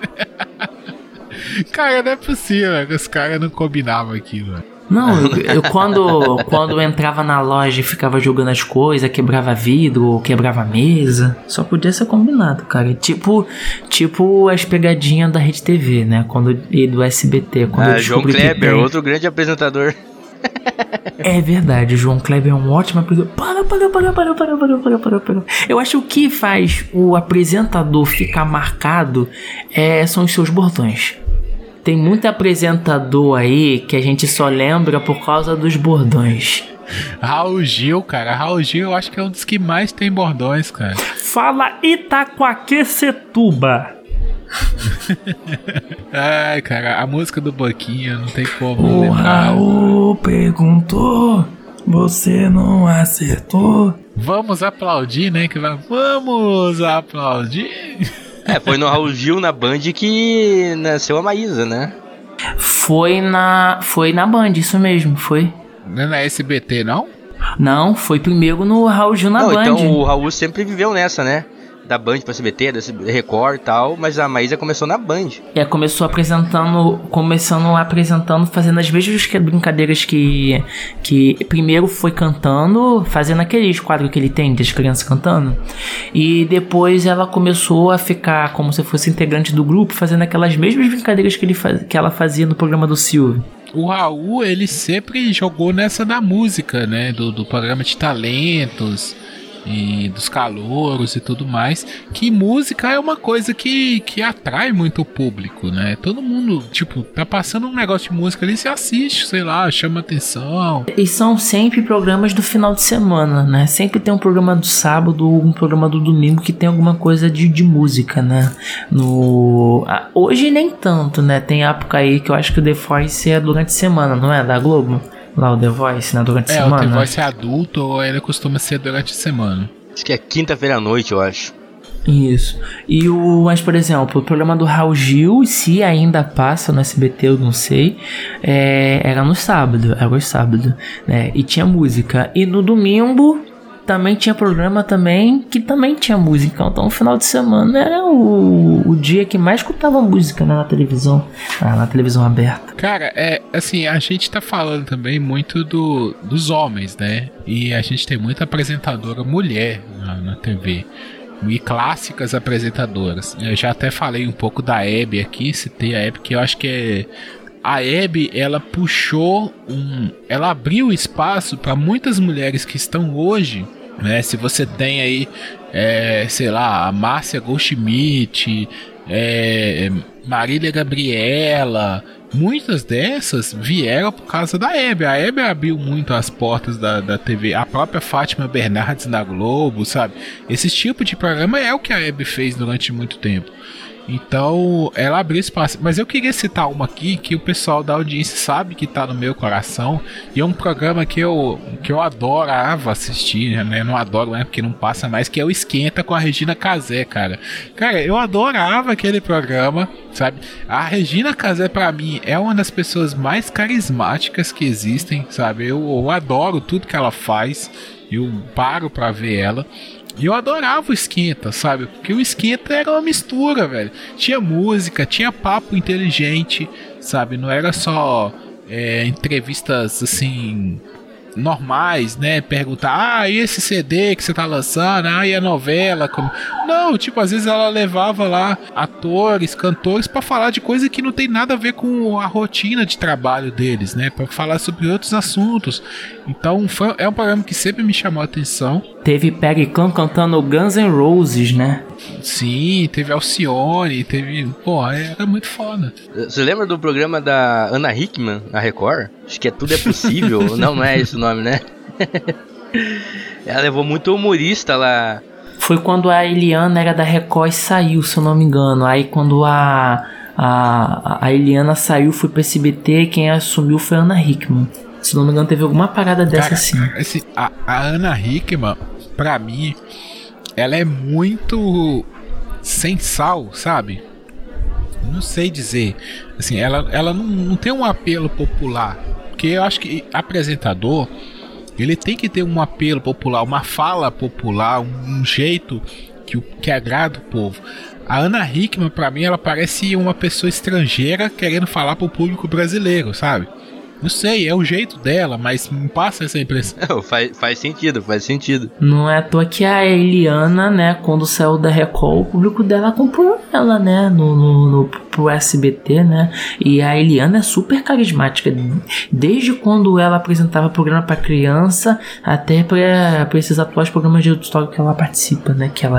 Cara, não é possível, velho, os caras não combinavam aquilo, velho. Não, eu quando eu entrava na loja e ficava jogando as coisas, quebrava vidro ou quebrava mesa, só podia ser combinado, cara. Tipo as pegadinhas da Rede TV, né? E do SBT. João Kleber, outro grande apresentador. É verdade, o João Kleber é um ótimo apresentador. Para. Eu acho que o que faz o apresentador ficar marcado são os seus bordões. Tem muito apresentador aí que a gente só lembra por causa dos bordões. Raul Gil, cara. Raul Gil eu acho que é um dos que mais tem bordões, cara. Fala Itaquaquecetuba. Ai, cara, a música do Boquinha não tem como o lembrar. Raul perguntou, você não acertou. Vamos aplaudir, né? Vamos aplaudir. Foi no Raul Gil, na Band, que nasceu a Maísa, né? Foi na Band, isso mesmo, foi. Não é na SBT, não? Não, foi primeiro no Raul Gil na Band. Então o Raul sempre viveu nessa, né? Da Band pra SBT, da Record e tal, mas a Maísa começou na Band. Começou apresentando, fazendo as mesmas brincadeiras que primeiro foi cantando, fazendo aqueles quadros que ele tem das crianças cantando, e depois ela começou a ficar como se fosse integrante do grupo, fazendo aquelas mesmas brincadeiras que ela fazia no programa do Silvio. O Raul, ele sempre jogou nessa da música, né, do programa de talentos e dos calouros e tudo mais, que música é uma coisa que atrai muito o público, né? Todo mundo, tipo, tá passando um negócio de música ali, você assiste, sei lá, chama atenção. E são sempre programas do final de semana, né? Sempre tem um programa do sábado ou um programa do domingo que tem alguma coisa de música, né? Hoje nem tanto, né? Tem época aí que eu acho que o The Voice é durante a semana, não é? Da Globo? Lá o The Voice, né? Durante a semana. O The Voice é adulto ou ainda costuma ser durante a semana. Acho que é quinta-feira à noite, eu acho. Isso. Mas, por exemplo, o programa do Raul Gil, se ainda passa no SBT, eu não sei, era no sábado, né? E tinha música. E no domingo também tinha programa também, que também tinha música. Então, no final de semana era o dia que mais escutava música, né, na televisão aberta. Cara, assim, a gente tá falando também muito dos homens, né? E a gente tem muita apresentadora mulher na TV. E clássicas apresentadoras. Eu já até falei um pouco da Hebe aqui, citei a Hebe, que eu acho que a Hebe, ela ela abriu espaço para muitas mulheres que estão hoje, né? Se você tem aí sei lá, a Márcia Goldschmidt, Marília Gabriela. Muitas dessas vieram por causa da Hebe. A Hebe abriu muito as portas da TV. A própria Fátima Bernardes na Globo, sabe? Esse tipo de programa é o que a Hebe fez durante muito tempo. Então, ela abriu espaço. Mas eu queria citar uma aqui que o pessoal da audiência sabe que tá no meu coração. E é um programa que eu adorava assistir, né? Não adoro, né? Porque não passa mais. Que é o Esquenta com a Regina Casé, cara. Cara, eu adorava aquele programa, sabe? A Regina Casé, pra mim, é uma das pessoas mais carismáticas que existem, sabe? Eu adoro tudo que ela faz. Eu paro pra ver ela. E eu adorava o Esquenta, sabe? Porque o Esquenta era uma mistura, velho. Tinha música, tinha papo inteligente, sabe? Não era só entrevistas, assim, normais, né? Perguntar, e esse CD que você tá lançando? E a novela? Como... Não, tipo, às vezes ela levava lá atores, cantores pra falar de coisa que não tem nada a ver com a rotina de trabalho deles, né? Pra falar sobre outros assuntos. Então, é um programa que sempre me chamou a atenção. Teve Pericão cantando Guns N' Roses, né? Sim, teve Alcione, teve... Pô, era muito foda. Você lembra do programa da Ana Hickman, na Record? Acho que Tudo é Possível. Não é esse o nome, né? Ela levou muito humorista lá. Foi quando a Eliana era da Record e saiu, se eu não me engano. Aí quando a Eliana saiu, foi pro SBT, quem assumiu foi a Ana Hickman. Se não me engano, teve alguma parada dessa assim. A Ana Hickman, pra mim, ela é muito sem sal, sabe? Não sei dizer. Assim, ela não tem um apelo popular. Porque eu acho que apresentador, ele tem que ter um apelo popular, uma fala popular, um jeito que agrada o povo. A Ana Hickman, pra mim, ela parece uma pessoa estrangeira querendo falar pro público brasileiro, sabe? Não sei, é o jeito dela, mas me passa essa impressão. Faz sentido. Não é à toa que a Eliana, né, quando saiu da Record, o público dela comprou ela, né, pro SBT, né, e a Eliana é super carismática, desde quando ela apresentava programa pra criança, até pra esses atuais programas de auditório que ela participa, né, que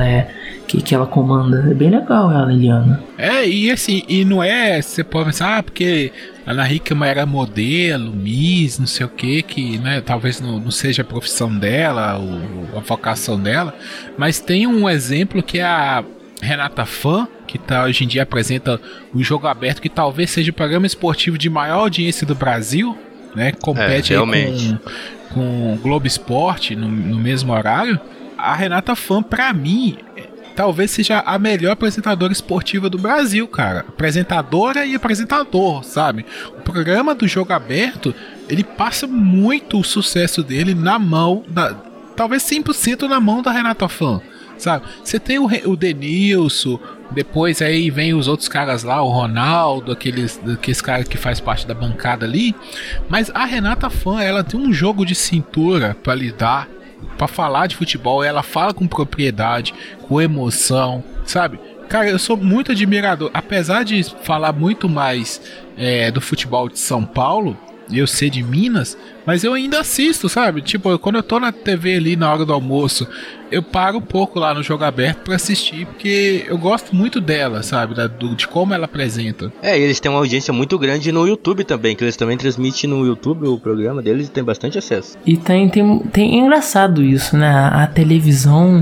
ela comanda. É bem legal ela, Eliana. E assim, e não é, você pode pensar, porque a Ana Hickman era modelo, Miss, não sei o que, né, talvez não seja a profissão dela, a vocação dela, mas tem um exemplo que é a Renata Fã, que hoje em dia apresenta o Jogo Aberto, que talvez seja o programa esportivo de maior audiência do Brasil, né, compete aí com o Globo Esporte no mesmo horário. A Renata Fã, pra mim, talvez seja a melhor apresentadora esportiva do Brasil, cara. Apresentadora e apresentador, sabe? O programa do Jogo Aberto, ele passa muito o sucesso dele na mão talvez 100% na mão da Renata Fã, sabe? Você tem o Denilson, depois aí vem os outros caras lá, o Ronaldo, aqueles caras que faz parte da bancada ali, mas a Renata Fã, ela tem um jogo de cintura pra lidar, pra falar de futebol, ela fala com propriedade, com emoção, sabe? Cara, eu sou muito admirador, apesar de falar muito mais do futebol de São Paulo, eu ser de Minas, mas eu ainda assisto, sabe? Tipo, quando eu tô na TV ali na hora do almoço, eu paro um pouco lá no Jogo Aberto pra assistir, porque eu gosto muito dela, sabe? De como ela apresenta. Eles têm uma audiência muito grande no YouTube também, que eles também transmitem no YouTube o programa deles e tem bastante acesso. E tem engraçado isso, né? A televisão,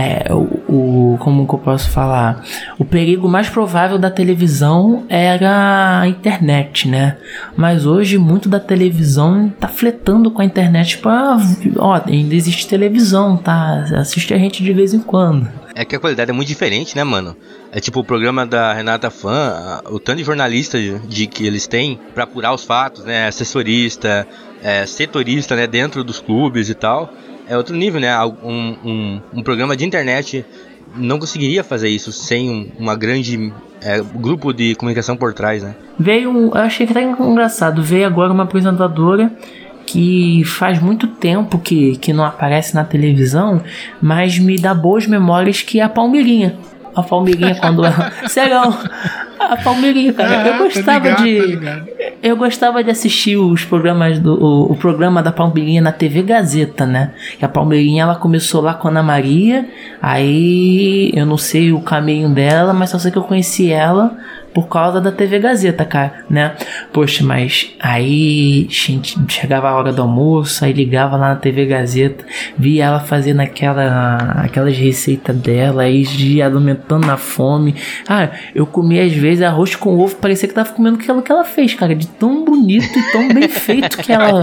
como que eu posso falar? O perigo mais provável da televisão era a internet, né? Mas hoje muito da televisão tá fletando com a internet pra... ainda existe televisão, tá? Assiste a gente de vez em quando. É que a qualidade é muito diferente, né, mano? É tipo o programa da Renata Fã, o tanto de jornalista que eles têm pra apurar os fatos, né? Assessorista, setorista, né? Dentro dos clubes e tal. É outro nível, né? Um programa de internet não conseguiria fazer isso sem uma grande grupo de comunicação por trás, né? Eu achei que tá engraçado. Veio agora uma apresentadora que faz muito tempo que não aparece na televisão, mas me dá boas memórias, que é a Palmeirinha. A Palmeirinha quando... Sério, a Palmeirinha, cara. Eu gostava Eu gostava de assistir os programas o programa da Palmeirinha na TV Gazeta, né? Que a Palmeirinha, ela começou lá com a Ana Maria, aí eu não sei o caminho dela, mas só sei que eu conheci ela por causa da TV Gazeta, cara, né? Poxa, mas aí chegava a hora do almoço, aí ligava lá na TV Gazeta, via ela fazendo aquelas receitas dela, aí ia aumentando na fome. Ah, eu comia às vezes arroz com ovo, parecia que tava comendo aquilo que ela fez, cara, de tão bonito e tão bem feito que ela...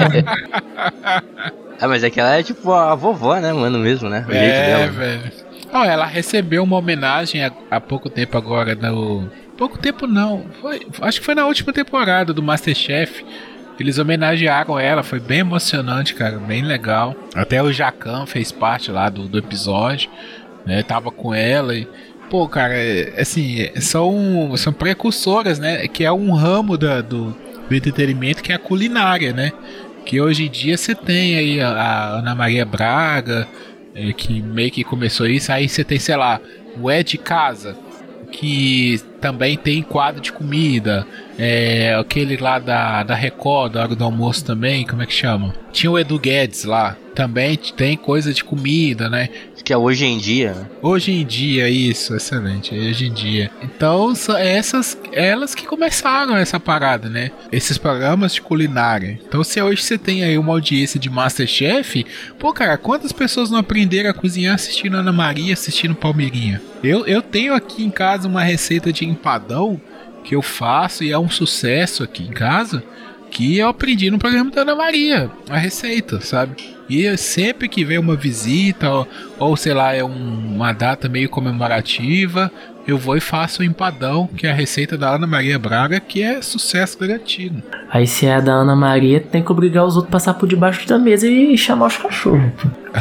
Ah, mas é que ela é tipo a vovó, né, mano, mesmo, né? O jeito dela. Velho. Oh, ela recebeu uma homenagem há pouco tempo agora no... Pouco tempo não, acho que foi na última temporada do MasterChef. Eles homenagearam ela, foi bem emocionante, cara, bem legal. Até o Jacan fez parte lá do episódio, né? Tava com ela e... Pô, cara, assim, são precursoras, né? Que é um ramo do entretenimento, que é a culinária, né? Que hoje em dia você tem aí a Ana Maria Braga, que meio que começou isso. Aí você tem, sei lá, o Ed Casa, que também tem quadro de comida, aquele lá da Record, da hora do almoço também, como é que chama? Tinha o Edu Guedes lá, também tem coisa de comida, né? Que é Hoje em Dia. Hoje em Dia, isso, excelente, Hoje em Dia. Então, são elas que começaram essa parada, né? Esses programas de culinária. Então, se hoje você tem aí uma audiência de MasterChef, pô, cara, quantas pessoas não aprenderam a cozinhar assistindo Ana Maria, assistindo Palmeirinha? Eu tenho aqui em casa uma receita de empadão que eu faço e é um sucesso aqui em casa, que eu aprendi no programa da Ana Maria, a receita, sabe? E sempre que vem uma visita ou sei lá, é uma data meio comemorativa, eu vou e faço o empadão, que é a receita da Ana Maria Braga, que é sucesso garantido. Aí se é da Ana Maria, tem que obrigar os outros a passar por debaixo da mesa e chamar os cachorros.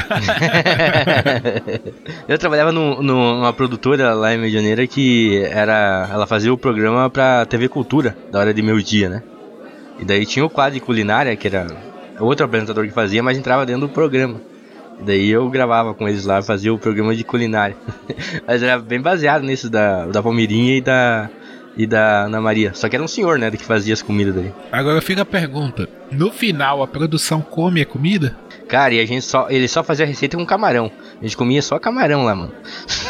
Eu trabalhava numa produtora lá em Medianeira que ela fazia o programa pra TV Cultura, da hora de meio-dia, né? E daí tinha o quadro de culinária, que era outro apresentador que fazia, mas entrava dentro do programa. E daí eu gravava com eles lá, fazia o programa de culinária. Mas era bem baseado nisso da Palmeirinha e da Ana Maria. Só que era um senhor, né, que fazia as comidas daí. Agora fica a pergunta, no final a produção come a comida? Cara, e ele só fazia receita com camarão. A gente comia só camarão lá, mano.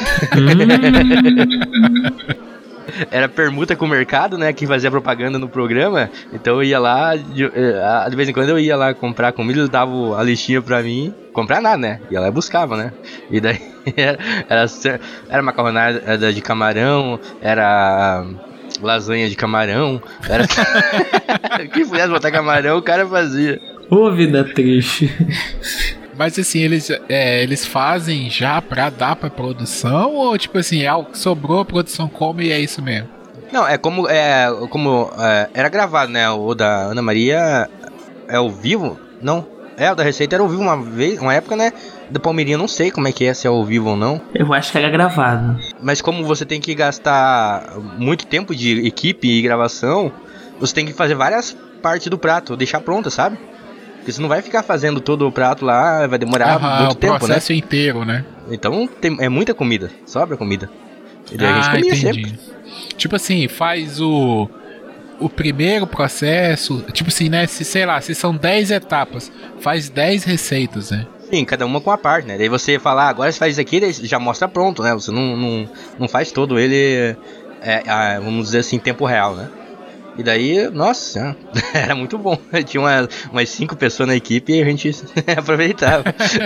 Era permuta com o mercado, né, que fazia propaganda no programa. Então eu ia lá, de vez em quando eu ia lá comprar comida, ele dava a listinha pra mim. Comprar nada, né, ia lá e buscava, né. E daí era macarronada de camarão, era lasanha de camarão, era... que pudesse botar camarão, o cara fazia. Ô, vida triste. Mas assim, eles fazem já pra dar pra produção? Ou tipo assim, sobrou a produção come e é isso mesmo? Não, como era gravado, né? O da Ana Maria é ao vivo? Não, o da Receita era ao vivo uma época, né? Da Palmeirinha eu não sei como é que é, se é ao vivo ou não. Eu acho que era gravado. Mas como você tem que gastar muito tempo de equipe e gravação, você tem que fazer várias partes do prato, deixar pronta, sabe? Porque você não vai ficar fazendo todo o prato lá, vai demorar muito tempo, né? O processo inteiro, né? Então é muita comida, sobra comida. E daí a gente comia sempre. Tipo assim, faz o primeiro processo, tipo assim, né? Se são 10 etapas, faz 10 receitas, né? Sim, cada uma com a parte, né? Daí você fala, agora você faz isso aqui, daí já mostra pronto, né? Você não faz todo ele, vamos dizer assim, em tempo real, né? E daí, nossa, era muito bom. Tinha umas 5 pessoas na equipe e a gente aproveitava.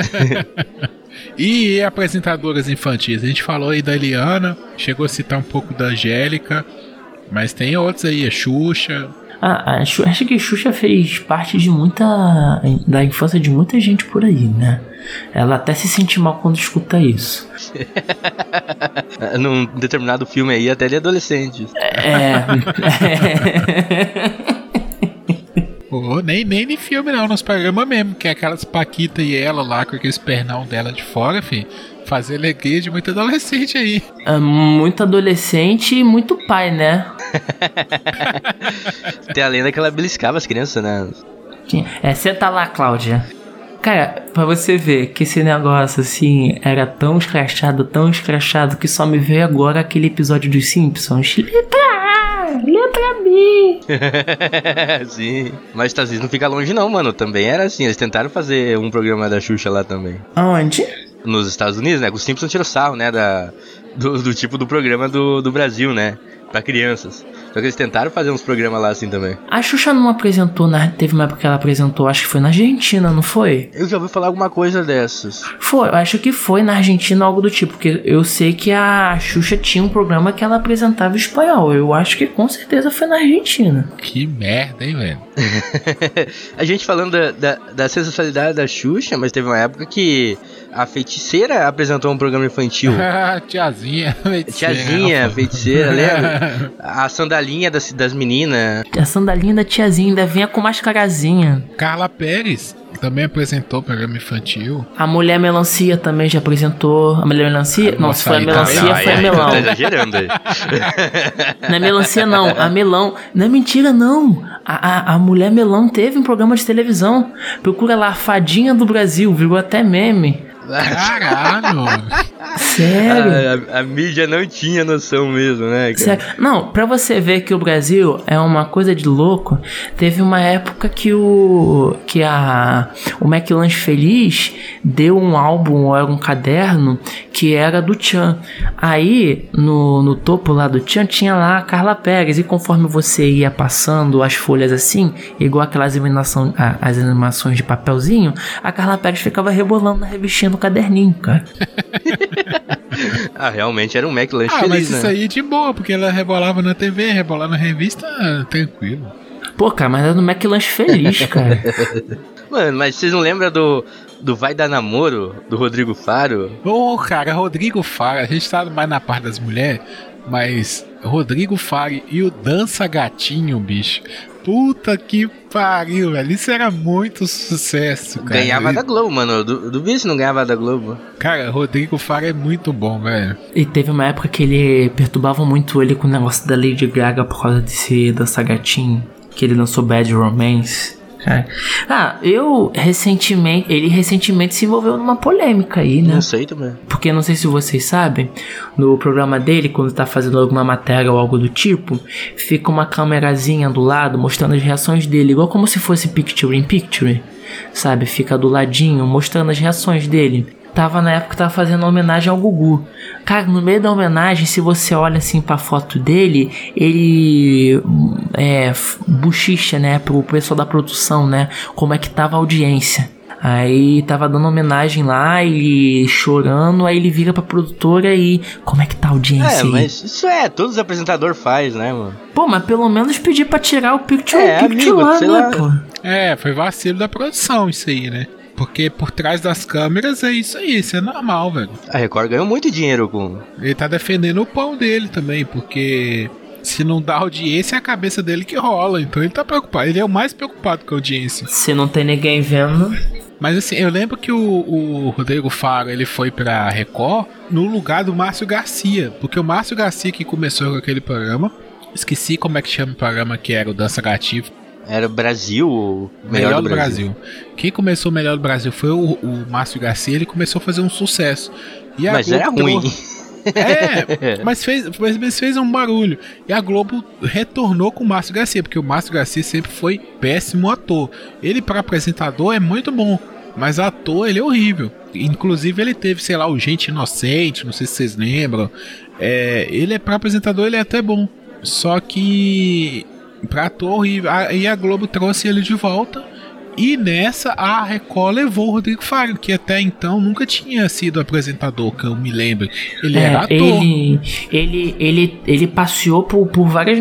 E apresentadoras infantis? A gente falou aí da Eliana, chegou a citar um pouco da Angélica, mas tem outros aí, a Xuxa. Acho que a Xuxa fez parte da infância de muita gente por aí, né? Ela até se sente mal quando escuta isso. Num determinado filme aí, até de adolescente. Pô, nem em filme não, nos programas mesmo, que é aquelas Paquita e ela lá com aqueles pernão dela de fora, filho. Fazer alegria de muito adolescente aí. Muito adolescente e muito pai, né? Tem a lenda que ela beliscava as crianças, né? Senta lá, Cláudia. Cara, pra você ver que esse negócio, assim, era tão escrachado, que só me veio agora aquele episódio dos Simpsons. Letra B. Sim. Mas Estados Unidos não fica longe não, mano. Também era assim. Eles tentaram fazer um programa da Xuxa lá também. Aonde? Nos Estados Unidos, né? O Simpsons tirou sarro, né? Do tipo do programa do Brasil, né? Pra crianças. Só que eles tentaram fazer uns programas lá assim também. A Xuxa não apresentou, teve uma época que ela apresentou, acho que foi na Argentina, não foi? Eu já ouvi falar alguma coisa dessas. Foi, eu acho que foi na Argentina algo do tipo, porque eu sei que a Xuxa tinha um programa que ela apresentava em espanhol. Eu acho que com certeza foi na Argentina. Que merda, hein, velho? A gente falando da sensualidade da Xuxa, mas teve uma época que a Feiticeira apresentou um programa infantil. Tiazinha, feiticeira, lembra? A sandalinha das meninas. A sandalinha da tiazinha ainda vinha com mascarazinha. Carla Pérez também apresentou programa infantil. A Mulher Melancia também já apresentou. A Mulher Melancia? Não, se foi a Melancia, foi a Melão. Tá exagerando aí. Não é Melancia, não. A Melão. Não é mentira, não. A Mulher Melão teve um programa de televisão. Procura lá, a Fadinha do Brasil. Virou até meme. Caralho. Sério? A mídia não tinha noção mesmo, né, cara? Sério? Não, pra você ver que o Brasil é uma coisa de louco, teve uma época que o McLanche Feliz deu um álbum ou era um caderno que era do Tchan. Aí, no topo lá do Tchan, tinha lá a Carla Pérez. E conforme você ia passando as folhas assim, igual aquelas as animações de papelzinho, a Carla Pérez ficava rebolando na revistinha no caderninho, cara. Realmente era um McLanche Feliz, mas né? isso aí de boa, porque ela rebolava na TV, rebolava na revista, tranquilo. Pô, cara, mas era no McLanche Feliz, cara. Mano, mas vocês não lembram do Vai Dar Namoro, do Rodrigo Faro? Ô, cara, Rodrigo Faro, a gente tá mais na parte das mulheres, mas Rodrigo Faro e o Dança Gatinho, bicho. Puta que pariu, velho. Isso era muito sucesso, cara. Ganhava da Globo, mano. Do bicho não ganhava da Globo. Cara, Rodrigo Faro é muito bom, velho. E teve uma época que ele perturbava muito ele com o negócio da Lady Gaga por causa desse Dança Gatinho, que ele lançou Bad Romance. Ele recentemente se envolveu numa polêmica aí, né? Não sei também. Porque não sei se vocês sabem, no programa dele, quando tá fazendo alguma matéria ou algo do tipo, fica uma câmerazinha do lado mostrando as reações dele, igual como se fosse picture in picture, sabe? Fica do ladinho mostrando as reações dele. Tava na época que tava fazendo uma homenagem ao Gugu. Cara, no meio da homenagem, se você olha assim pra foto dele, ele bochicha, né, pro pessoal da produção, né, como é que tava a audiência. Aí tava dando homenagem lá, ele chorando, aí ele vira pra produtora e... Como é que tá a audiência aí? Mas isso todos os apresentadores fazem, né, mano? Pô, mas pelo menos pedir pra tirar o picture amigo, lá, sei né, lá. pô? Foi vacilo da produção isso aí, né? Porque por trás das câmeras é isso aí, isso é normal, velho. A Record ganhou muito dinheiro com... Ele tá defendendo o pão dele também, porque se não dá audiência é a cabeça dele que rola, então ele tá preocupado. Ele é o mais preocupado com a audiência. Se não tem ninguém vendo... Mas assim, eu lembro que o Rodrigo Faro, ele foi pra Record no lugar do Márcio Garcia, porque o Márcio Garcia que começou com aquele programa, esqueci como é que chama o programa, que era o Dança Gatinho. Era o Brasil, o Melhor do Brasil. Quem começou o Melhor do Brasil foi o Márcio Garcia. Ele começou a fazer um sucesso. E mas era ruim. Mas fez um barulho. E a Globo retornou com o Márcio Garcia, porque o Márcio Garcia sempre foi péssimo ator. Ele para apresentador é muito bom, mas ator ele é horrível. Inclusive ele teve, sei lá, o Gente Inocente, não sei se vocês lembram. Ele para apresentador ele é até bom, só que pra ator, e a Globo trouxe ele de volta. E nessa a Record levou o Rodrigo Faro, que até então nunca tinha sido apresentador, que eu me lembro. Ele era ator. Ele passeou por vários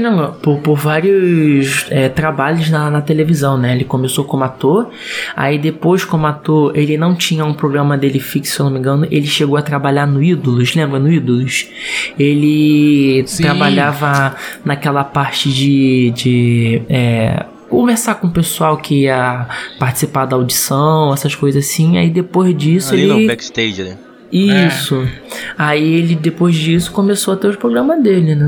trabalhos na televisão, né? Ele começou como ator, aí depois como ator ele não tinha um programa dele fixo, se eu não me engano. Ele chegou a trabalhar no Ídolos, lembra? No Ídolos ele trabalhava naquela parte de conversar com o pessoal que ia participar da audição, essas coisas assim. Aí depois disso ali no backstage, né? Isso. Aí ele depois disso começou a ter os programas dele, né?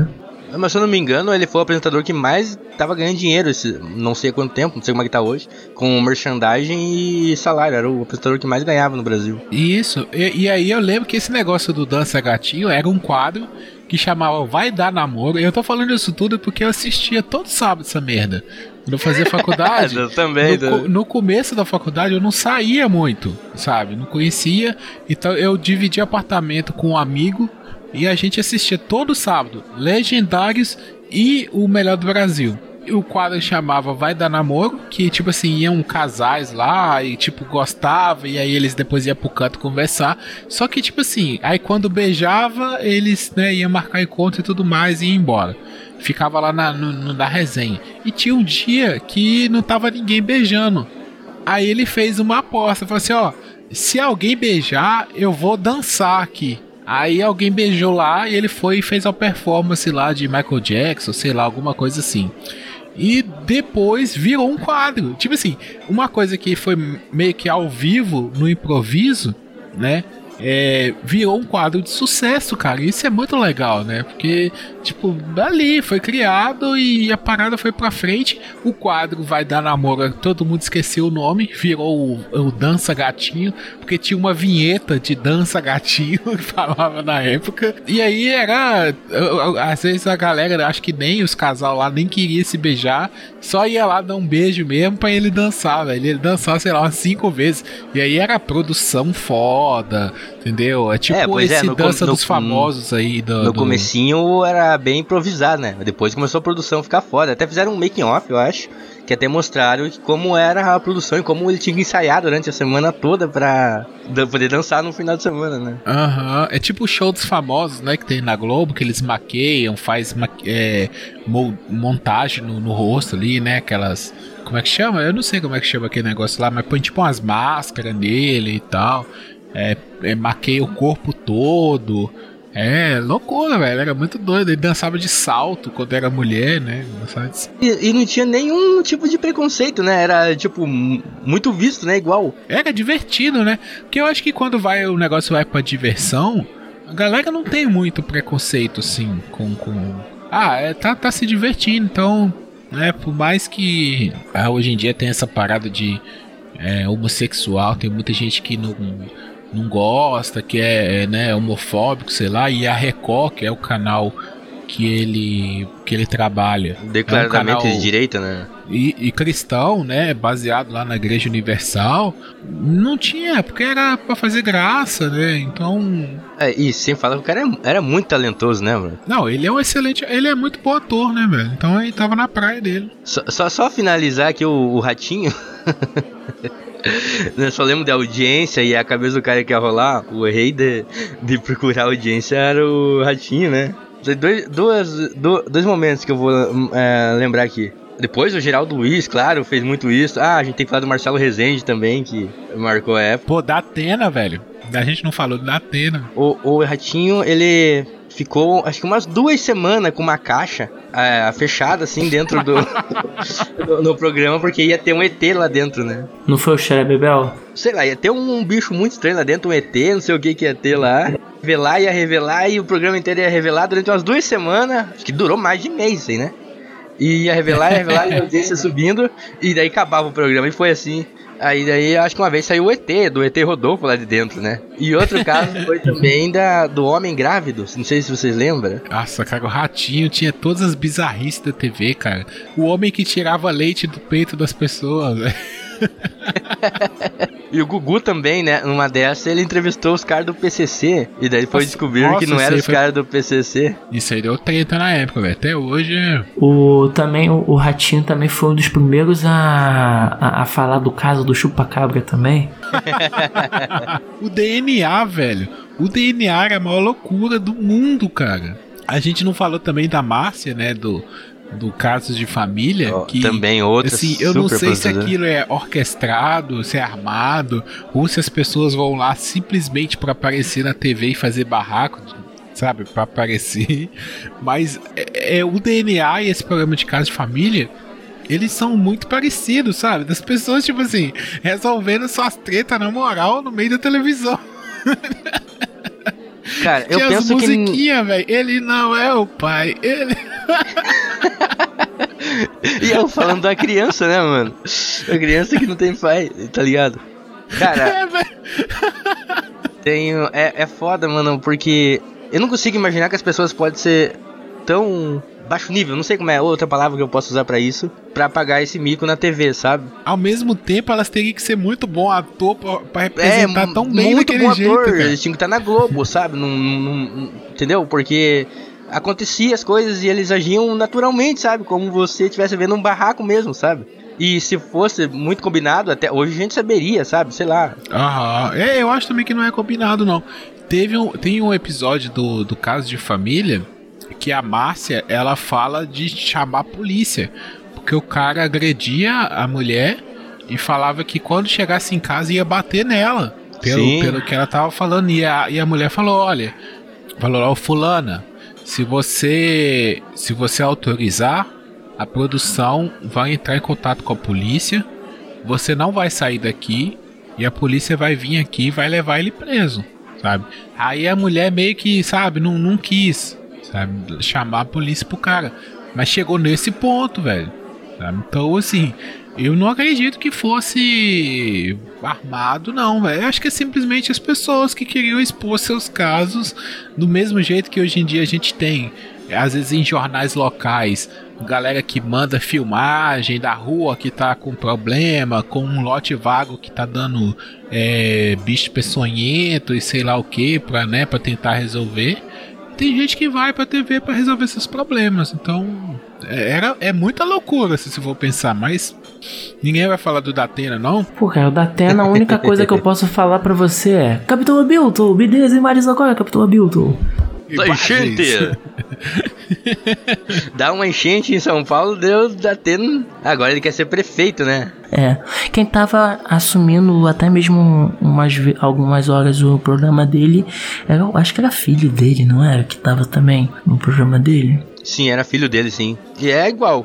Mas se eu não me engano, ele foi o apresentador que mais tava ganhando dinheiro, não sei há quanto tempo, não sei como é que tá hoje, com merchandising e salário. Era o apresentador que mais ganhava no Brasil. Isso, e aí eu lembro que esse negócio do Dança Gatinho era um quadro que chamava Vai Dar Namoro. E eu tô falando isso tudo porque eu assistia todo sábado essa merda. Quando eu fazia faculdade, eu também, no começo da faculdade eu não saía muito, sabe? Não conhecia, então eu dividia apartamento com um amigo e a gente assistia todo sábado Legendários e O Melhor do Brasil. O quadro chamava Vai Dar Namoro, que tipo assim, iam casais lá e tipo gostava, e aí eles depois iam pro canto conversar. Só que tipo assim, aí quando beijava, eles, né, iam marcar encontro e tudo mais e iam embora. Ficava lá na resenha. E tinha um dia que não tava ninguém beijando. Aí ele fez uma aposta, falou assim, ó, se alguém beijar, eu vou dançar aqui. Aí alguém beijou lá e ele foi e fez a performance lá de Michael Jackson, sei lá, alguma coisa assim. E depois virou um quadro. Tipo assim, uma coisa que foi meio que ao vivo, no improviso, né? Virou um quadro de sucesso, cara. Isso é muito legal, né? Porque, tipo, ali foi criado e a parada foi pra frente. O quadro Vai Dar Namoro, todo mundo esqueceu o nome, virou o Dança Gatinho, porque tinha uma vinheta de Dança Gatinho que falava na época. E aí era, às vezes a galera, acho que nem os casal lá nem queria se beijar, só ia lá dar um beijo mesmo pra ele dançar, velho. Ele dançava, sei lá, umas 5 vezes. E aí era produção foda, entendeu? É tipo esse Dança dos Famosos aí. No comecinho era bem improvisado, né? Depois começou a produção a ficar foda. Até fizeram um making off, eu acho, que até mostraram como era a produção e como ele tinha que ensaiar durante a semana toda pra poder dançar no final de semana, né? Aham, é tipo o show dos famosos, né, que tem na Globo, que eles maqueiam, faz montagem no rosto ali, né, aquelas... Como é que chama? Eu não sei como é que chama aquele negócio lá, mas põe tipo umas máscaras nele e tal, maqueia o corpo todo... loucura, velho. Era muito doido. Ele dançava de salto quando era mulher, né? E não tinha nenhum tipo de preconceito, né? Era, tipo, muito visto, né? Igual. Era divertido, né? Porque eu acho que quando o negócio vai pra diversão, a galera não tem muito preconceito, assim, tá se divertindo. Então, né? Por mais que hoje em dia tem essa parada de homossexual, tem muita gente que não gosta, que né, homofóbico, sei lá, e a Record, que é o canal que ele trabalha, declaradamente de direita, né? E cristão, né, baseado lá na Igreja Universal, não tinha, porque era pra fazer graça, né, então... E sem falar que o cara era muito talentoso, né, mano? Não, ele é um excelente, ele é muito bom ator, né, velho, então ele tava na praia dele. Só finalizar aqui o Ratinho... Nós só lembro da audiência e a cabeça do cara que ia rolar. O rei de procurar audiência era o Ratinho, né? Dois momentos que eu vou lembrar aqui. Depois o Geraldo Luiz, claro, fez muito isso. A gente tem que falar do Marcelo Rezende também, que marcou a época. Pô, da Atena, velho. A gente não falou da Atena. O Ratinho, ele ficou acho que umas 2 semanas com uma caixa fechada assim dentro no programa, porque ia ter um ET lá dentro, né? Não foi o Xerebebel? Sei lá, ia ter um bicho muito estranho lá dentro, um ET, não sei o que ia ter lá. Ia revelar e o programa inteiro ia revelar durante umas 2 semanas, acho que durou mais de mês isso aí, né? E ia revelar e a audiência subindo, e daí acabava o programa, e foi assim. Aí daí acho que uma vez saiu o ET, do ET Rodolfo lá de dentro, né? E outro caso foi também do homem grávido, não sei se vocês lembram. Nossa, cara, o Ratinho tinha todas as bizarrices da TV, cara. O homem que tirava leite do peito das pessoas, velho. E o Gugu também, né? Numa dessas ele entrevistou os caras do PCC. E daí foi descobrir que não eram os caras do PCC. Isso aí deu treta na época, velho. Até hoje. O Ratinho também foi um dos primeiros a falar do caso do chupa-cabra também. O DNA, velho. O DNA era a maior loucura do mundo, cara. A gente não falou também da Márcia, né? Do Casos de Família, que também outra, assim, eu não sei se aquilo é orquestrado, se é armado, ou se as pessoas vão lá simplesmente para aparecer na TV e fazer barraco, sabe, para aparecer. Mas o DNA e esse programa de Casos de Família, eles são muito parecidos, sabe, das pessoas, tipo assim, resolvendo suas tretas na moral no meio da televisão. Cara, eu penso musiquinha, velho. Ele não é o pai, ele... E eu falando da criança, né, mano? A criança que não tem pai, tá ligado? Cara, é foda, mano, porque eu não consigo imaginar que as pessoas podem ser tão baixo nível, não sei como é outra palavra que eu posso usar pra isso, pra pagar esse mico na TV, sabe? Ao mesmo tempo, elas teriam que ser muito bom ator pra representar tão bem muito daquele bom jeito, ator, cara. eles tinham que estar na Globo, sabe? Entendeu? Porque acontecia as coisas e eles agiam naturalmente, sabe? Como você estivesse vendo um barraco mesmo, sabe? E se fosse muito combinado, até hoje a gente saberia, sabe? Sei lá. Eu acho também que não é combinado, não. Tem um episódio do Caso de Família que a Márcia, ela fala de chamar a polícia, porque o cara agredia a mulher e falava que quando chegasse em casa ia bater nela, pelo que ela tava falando, e a mulher falou, fulana, se você autorizar, a produção vai entrar em contato com a polícia, você não vai sair daqui e a polícia vai vir aqui e vai levar ele preso, sabe? Aí a mulher meio que, sabe, não quis, sabe, chamar a polícia pro cara, mas chegou nesse ponto, velho, sabe? Então, assim, eu não acredito que fosse armado, não, velho. Eu acho que é simplesmente as pessoas que queriam expor seus casos do mesmo jeito que hoje em dia a gente tem, às vezes em jornais locais, galera que manda filmagem da rua que tá com problema, com um lote vago que tá dando bicho peçonhento e sei lá o que pra tentar resolver. Tem gente que vai pra TV pra resolver esses problemas. Então é muita loucura se for pensar, mas ninguém vai falar do Datena, não? Pô, cara, o Datena, a única coisa que eu posso falar pra você é: Capitão Abilton, beleza, Maris agora, Capitão Abilton. Da enchente! Dá uma enchente em São Paulo, deu Datena. Agora ele quer ser prefeito, né? Quem tava assumindo até mesmo algumas horas o programa dele, acho que era filho dele, não era? Que tava também no programa dele. Sim, era filho dele, sim. E é igual.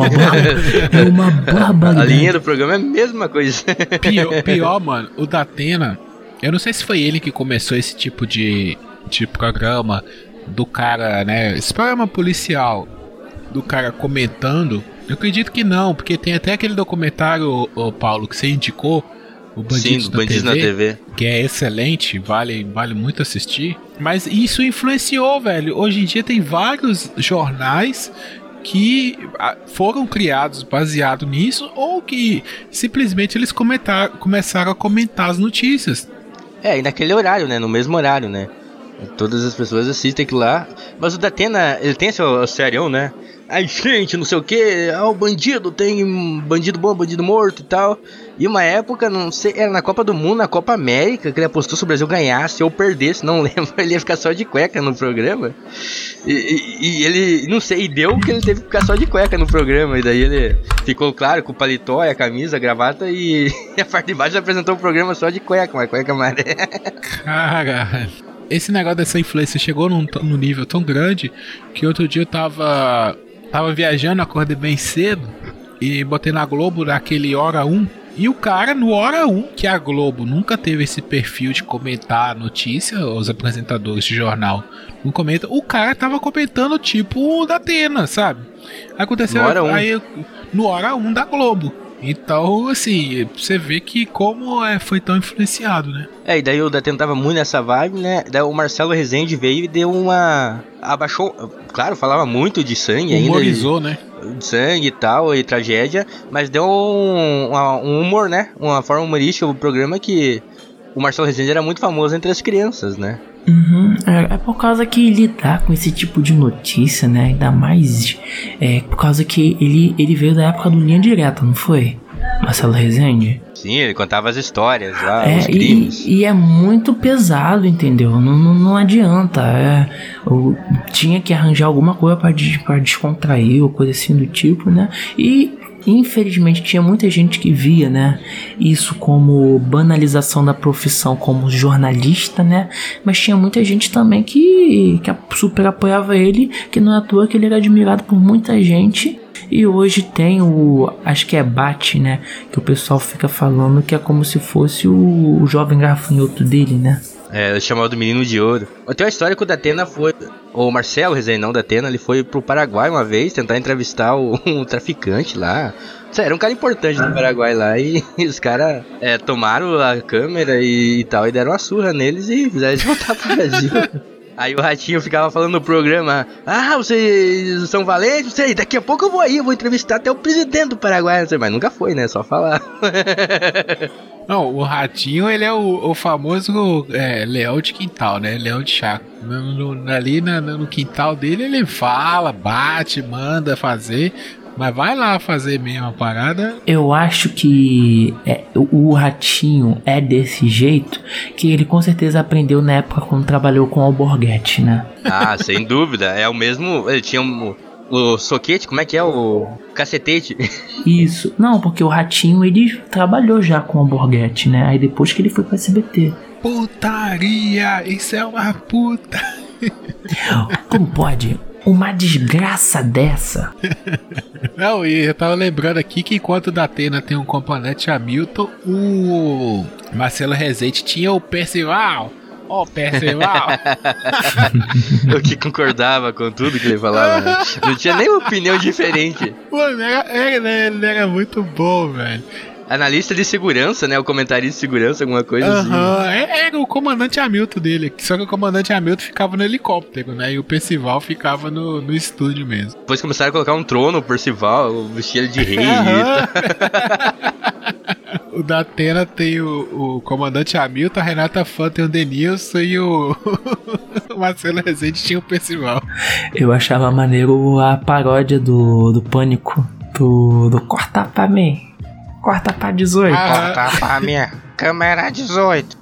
É uma barbaridade. A linha do programa é a mesma coisa. Pior, mano, o Datena, eu não sei se foi ele que começou esse tipo de programa do cara, né? Esse programa policial do cara comentando. Eu acredito que não, porque tem até aquele documentário, Paulo, que você indicou, o Bandidos, na TV, que é excelente, vale muito assistir. Mas isso influenciou, velho. Hoje em dia tem vários jornais que foram criados baseado nisso, ou que simplesmente eles começaram a comentar as notícias. E naquele horário, né? No mesmo horário, né? Todas as pessoas assistem aquilo lá. Mas o Datena, ele tem seu serião, né? Ai, gente, não sei o que, o bandido, tem bandido bom, bandido morto e tal. E uma época, não sei, era na Copa do Mundo, na Copa América, que ele apostou se o Brasil ganhasse ou perdesse, não lembro, ele ia ficar só de cueca no programa. E ele, não sei, deu que ele teve que ficar só de cueca no programa. E daí ele ficou, claro, com o paletó, a camisa, a gravata e a parte de baixo apresentou o programa só de cueca, uma cueca amarela. Cara, esse negócio dessa influência chegou num nível tão grande que outro dia eu tava viajando, acordei bem cedo e botei na Globo naquele Hora 1. E o cara, no Hora 1, que a Globo nunca teve esse perfil de comentar a notícia, os apresentadores de jornal não comentam, o cara tava comentando tipo o Datena, sabe? Aconteceu no Hora 1 da Globo. Então, assim, você vê que como foi tão influenciado, né? E daí o Datena tava muito nessa vibe, né? Daí o Marcelo Rezende veio e deu uma... abaixou... Claro, falava muito de sangue ainda. Humorizou, né? De sangue e tal, e tragédia. Mas deu um humor, né? Uma forma humorística pro programa que... O Marcelo Rezende era muito famoso entre as crianças, né? Uhum. É por causa que lidar com esse tipo de notícia, né? Ainda mais por causa que ele veio da época do Linha Direta, não foi? Marcelo Rezende? Sim, ele contava as histórias lá, os crimes. E é muito pesado, entendeu? Não adianta. Tinha que arranjar alguma coisa pra descontrair ou coisa assim do tipo, né? E infelizmente tinha muita gente que via, né, isso como banalização da profissão como jornalista, né, mas tinha muita gente também que super apoiava ele, que não é à toa que ele era admirado por muita gente. E hoje tem acho que é Bate, né, que o pessoal fica falando que é como se fosse o jovem gafanhoto dele, né. chamava do Menino de Ouro. Tem uma história que o Datena foi... O Marcelo Rezende, não o Datena, ele foi pro Paraguai uma vez tentar entrevistar um traficante lá. Sério, era um cara importante no Paraguai lá. E os caras tomaram a câmera e tal, e deram uma surra neles e fizeram eles voltar pro Brasil. Aí o Ratinho ficava falando no programa: vocês são valentes, não sei, daqui a pouco eu vou aí, eu vou entrevistar até o presidente do Paraguai, não sei, mas nunca foi, né, só falar. Não, o Ratinho, ele é o famoso leão de quintal, né, leão de chácara. Ali no quintal dele ele fala, bate, manda fazer... Mas vai lá fazer mesmo a parada. Eu acho que o Ratinho é desse jeito, que ele com certeza aprendeu na época quando trabalhou com o Alborguete, né? Sem dúvida. É o mesmo... Ele tinha o soquete, como é que é? O cacetete. Isso. Não, porque o Ratinho, ele trabalhou já com o Alborguete, né? Aí depois que ele foi pro SBT. Putaria! Isso é uma puta! Como pode... uma desgraça dessa? Não, e eu tava lembrando aqui que enquanto o Datena tem um componente Hamilton, o Marcelo Rezende tinha o Percival. Percival! O que concordava com tudo que ele falava, né? Não tinha nenhuma opinião diferente. Mano, ele era muito bom, velho. Analista de segurança, né? O comentarista de segurança, alguma coisa assim. Era o comandante Hamilton dele. Só que o comandante Hamilton ficava no helicóptero, né? E o Percival ficava no estúdio mesmo. Depois começaram a colocar um trono no Percival, vestir ele de rei. O Datena tem o comandante Hamilton, a Renata Fã tem o Denilson e o Marcelo Rezende tinha o Percival. Eu achava maneiro a paródia do Pânico, do Corta Pra Mim. Corta pra 18. Corta pra minha câmera 18.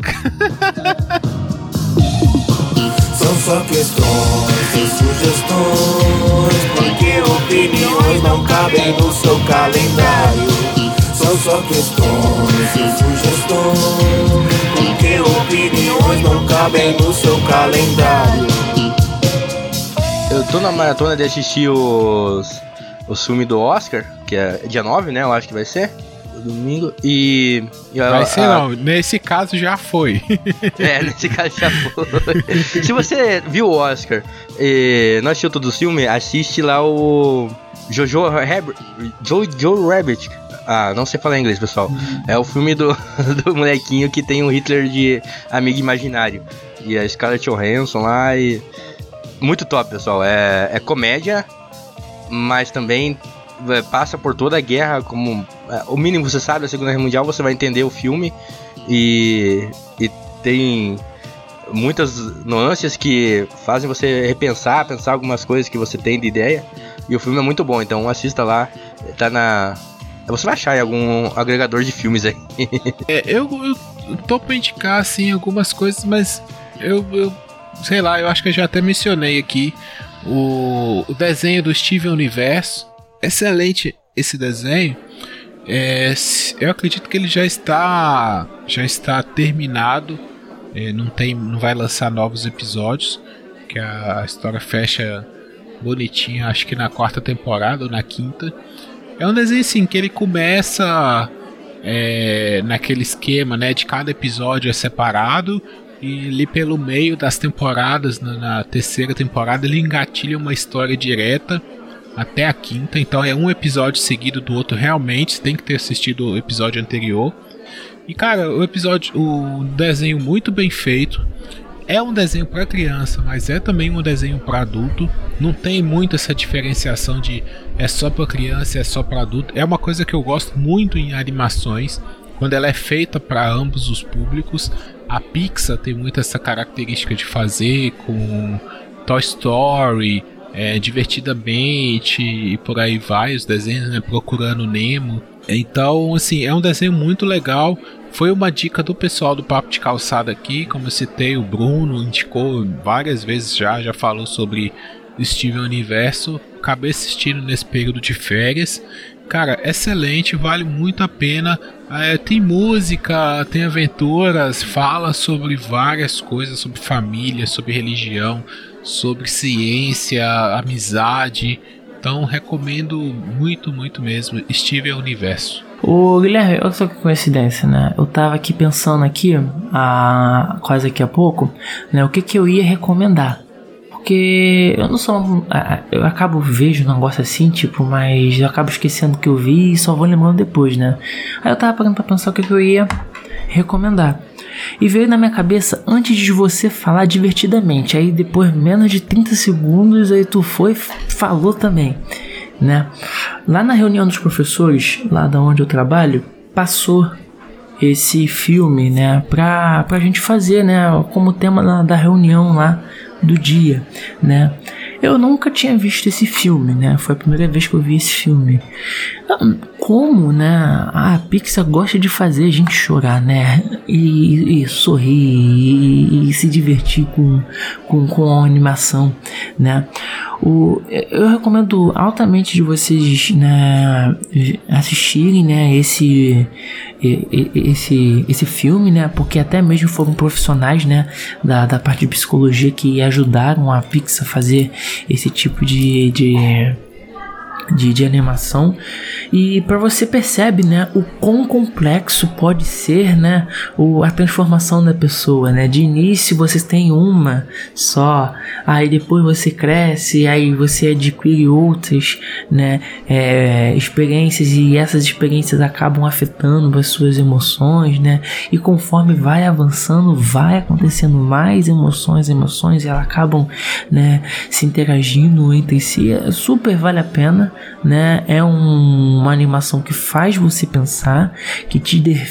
São só questões e sugestões, porque opiniões não cabem no seu calendário. São só questões e sugestões, porque opiniões não cabem no seu calendário. Eu tô na maratona de assistir os filmes do Oscar, que é dia 9, né? Eu acho que vai ser. Domingo e vai ser não, nesse caso já foi. Nesse caso já foi. Se você viu o Oscar e não assistiu todo o filme, assiste lá o Jojo Rabbit. Não sei falar inglês, pessoal. É o filme do molequinho que tem um Hitler de amigo imaginário. E a Scarlett Johansson lá e... Muito top, pessoal. É comédia, mas também passa por toda a guerra, como o mínimo você sabe da Segunda Guerra Mundial, você vai entender o filme e tem muitas nuances que fazem você pensar algumas coisas que você tem de ideia, e o filme é muito bom, então assista lá, você vai achar em algum agregador de filmes aí. Eu tô pra indicar assim algumas coisas, mas eu sei lá, eu acho que eu já até mencionei aqui o desenho do Steven Universo. Excelente esse desenho. Eu acredito que ele já está terminado. Não vai lançar novos episódios, que a história fecha bonitinha, acho que na 4ª temporada ou na 5ª. É um desenho assim que ele começa naquele esquema, né, de cada episódio é separado, e ali pelo meio das temporadas, na 3ª temporada, ele engatilha uma história direta até a 5ª, então é um episódio seguido do outro. Realmente você tem que ter assistido o episódio anterior. E cara, o desenho muito bem feito. É um desenho para criança, mas é também um desenho para adulto. Não tem muito essa diferenciação de é só para criança, é só para adulto. É uma coisa que eu gosto muito em animações, quando ela é feita para ambos os públicos. A Pixar tem muito essa característica de fazer com Toy Story, Divertidamente e por aí vai, os desenhos, né, Procurando Nemo. Então, assim, é um desenho muito legal. Foi uma dica do pessoal do Papo de Calçada aqui, como eu citei, o Bruno indicou várias vezes já falou sobre Steven Universo. Acabei assistindo nesse período de férias. Cara, excelente, vale muito a pena. Tem música, tem aventuras, fala sobre várias coisas, sobre família, sobre religião, sobre ciência, amizade. Então recomendo muito, muito mesmo Steven Universo. Ô Guilherme, olha só que coincidência, né? Eu tava aqui pensando aqui, quase aqui a pouco, né? O que eu ia recomendar. Porque eu não sou... Eu acabo vejo um negócio assim, tipo, mas eu acabo esquecendo o que eu vi e só vou lembrando depois, né? Aí eu tava parando pra pensar o que eu ia recomendar. E veio na minha cabeça, antes de você falar divertidamente, aí depois, menos de 30 segundos, aí tu falou também, né? Lá na reunião dos professores, lá da onde eu trabalho, passou esse filme, né? Pra gente fazer, né? Como tema da reunião lá do dia, né? Eu nunca tinha visto esse filme, né? Foi a primeira vez que eu vi esse filme. Como, né? A Pixar gosta de fazer a gente chorar, né? E sorrir e se divertir com a animação, né? Eu recomendo altamente de vocês, né, assistirem, né, esse filme, né? Porque até mesmo foram profissionais, né, da parte de psicologia que ajudaram a Pixar a fazer esse tipo de animação. E para você percebe, né, o quão complexo pode ser, né, a transformação da pessoa, né? De início você tem uma só, aí depois você cresce, aí você adquire outras, né, experiências, e essas experiências acabam afetando as suas emoções, né? E conforme vai avançando, vai acontecendo mais emoções, e elas acabam, né, se interagindo entre si. Super vale a pena, né? É uma animação que faz você pensar, que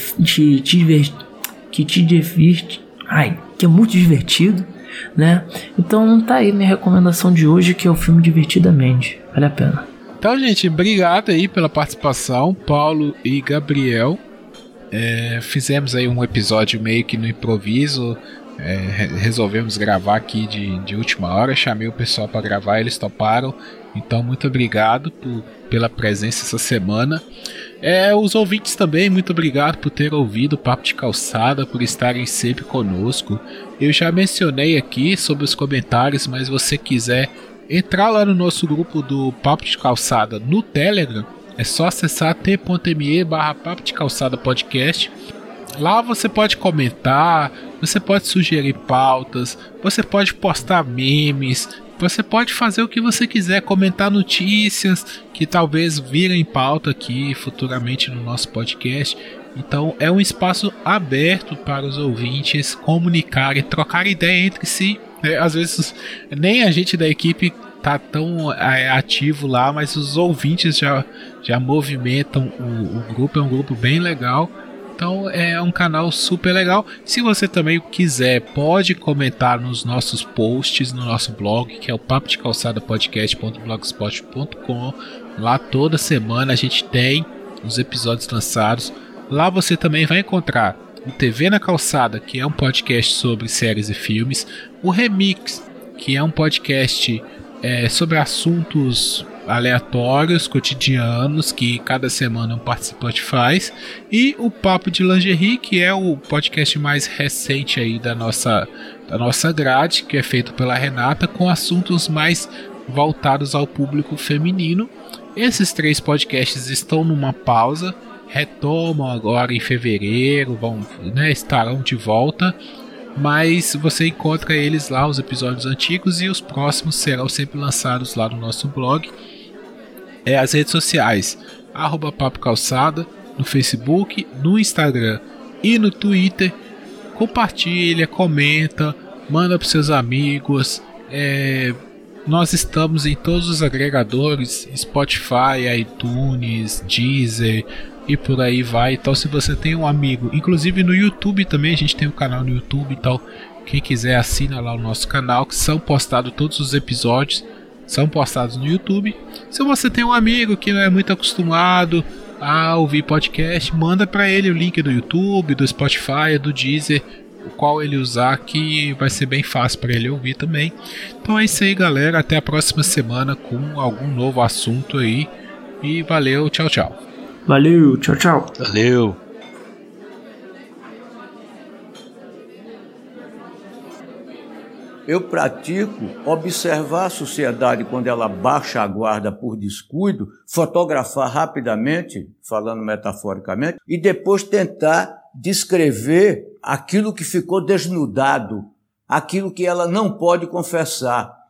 é muito divertido, né? Então tá aí minha recomendação de hoje, que é o filme Divertidamente. Vale a pena. Então, gente, obrigado aí pela participação, Paulo e Gabriel. Fizemos aí um episódio meio que no improviso. Resolvemos gravar aqui de última hora. Chamei o pessoal para gravar, eles toparam. Então, muito obrigado pela presença essa semana. Os ouvintes também, muito obrigado por ter ouvido o Papo de Calçada, por estarem sempre conosco. Eu já mencionei aqui sobre os comentários, mas se você quiser entrar lá no nosso grupo do Papo de Calçada no Telegram, é só acessar t.me/Papo de Calçada Podcast. Lá você pode comentar, você pode sugerir pautas, você pode postar memes, você pode fazer o que você quiser, comentar notícias que talvez virem pauta aqui futuramente no nosso podcast. Então é um espaço aberto para os ouvintes comunicarem, trocar ideia entre si. Às vezes nem a gente da equipe tá tão ativo lá, mas os ouvintes já movimentam o grupo. É um grupo bem legal. Então é um canal super legal. Se você também quiser, pode comentar nos nossos posts, no nosso blog, que é o papodecalçadapodcast.blogspot.com. Lá toda semana a gente tem os episódios lançados. Lá você também vai encontrar o TV na Calçada, que é um podcast sobre séries e filmes. O Remix, que é um podcast sobre assuntos aleatórios, cotidianos, que cada semana um participante faz, e o Papo de Lingerie, que é o podcast mais recente aí da nossa grade, que é feito pela Renata, com assuntos mais voltados ao público feminino. Esses 3 podcasts estão numa pausa, retomam agora em fevereiro, estarão de volta, mas você encontra eles lá, os episódios antigos, e os próximos serão sempre lançados lá no nosso blog. As redes sociais, @Papo Calçada, no Facebook, no Instagram e no Twitter. Compartilha, comenta, manda para seus amigos. Nós estamos em todos os agregadores, Spotify, iTunes, Deezer e por aí vai. Então, se você tem um amigo, inclusive no YouTube também, a gente tem um canal no YouTube, então quem quiser assina lá o nosso canal, que são postados todos os episódios, são postados no YouTube. Se você tem um amigo que não é muito acostumado a ouvir podcast, manda para ele o link do YouTube, do Spotify, do Deezer, o qual ele usar, que vai ser bem fácil para ele ouvir também. Então é isso aí, galera, até a próxima semana com algum novo assunto aí, e valeu, tchau, tchau. Valeu, tchau, tchau. Valeu. eu pratico observar a sociedade quando ela baixa a guarda por descuido, fotografar rapidamente, falando metaforicamente, e depois tentar descrever aquilo que ficou desnudado, aquilo que ela não pode confessar.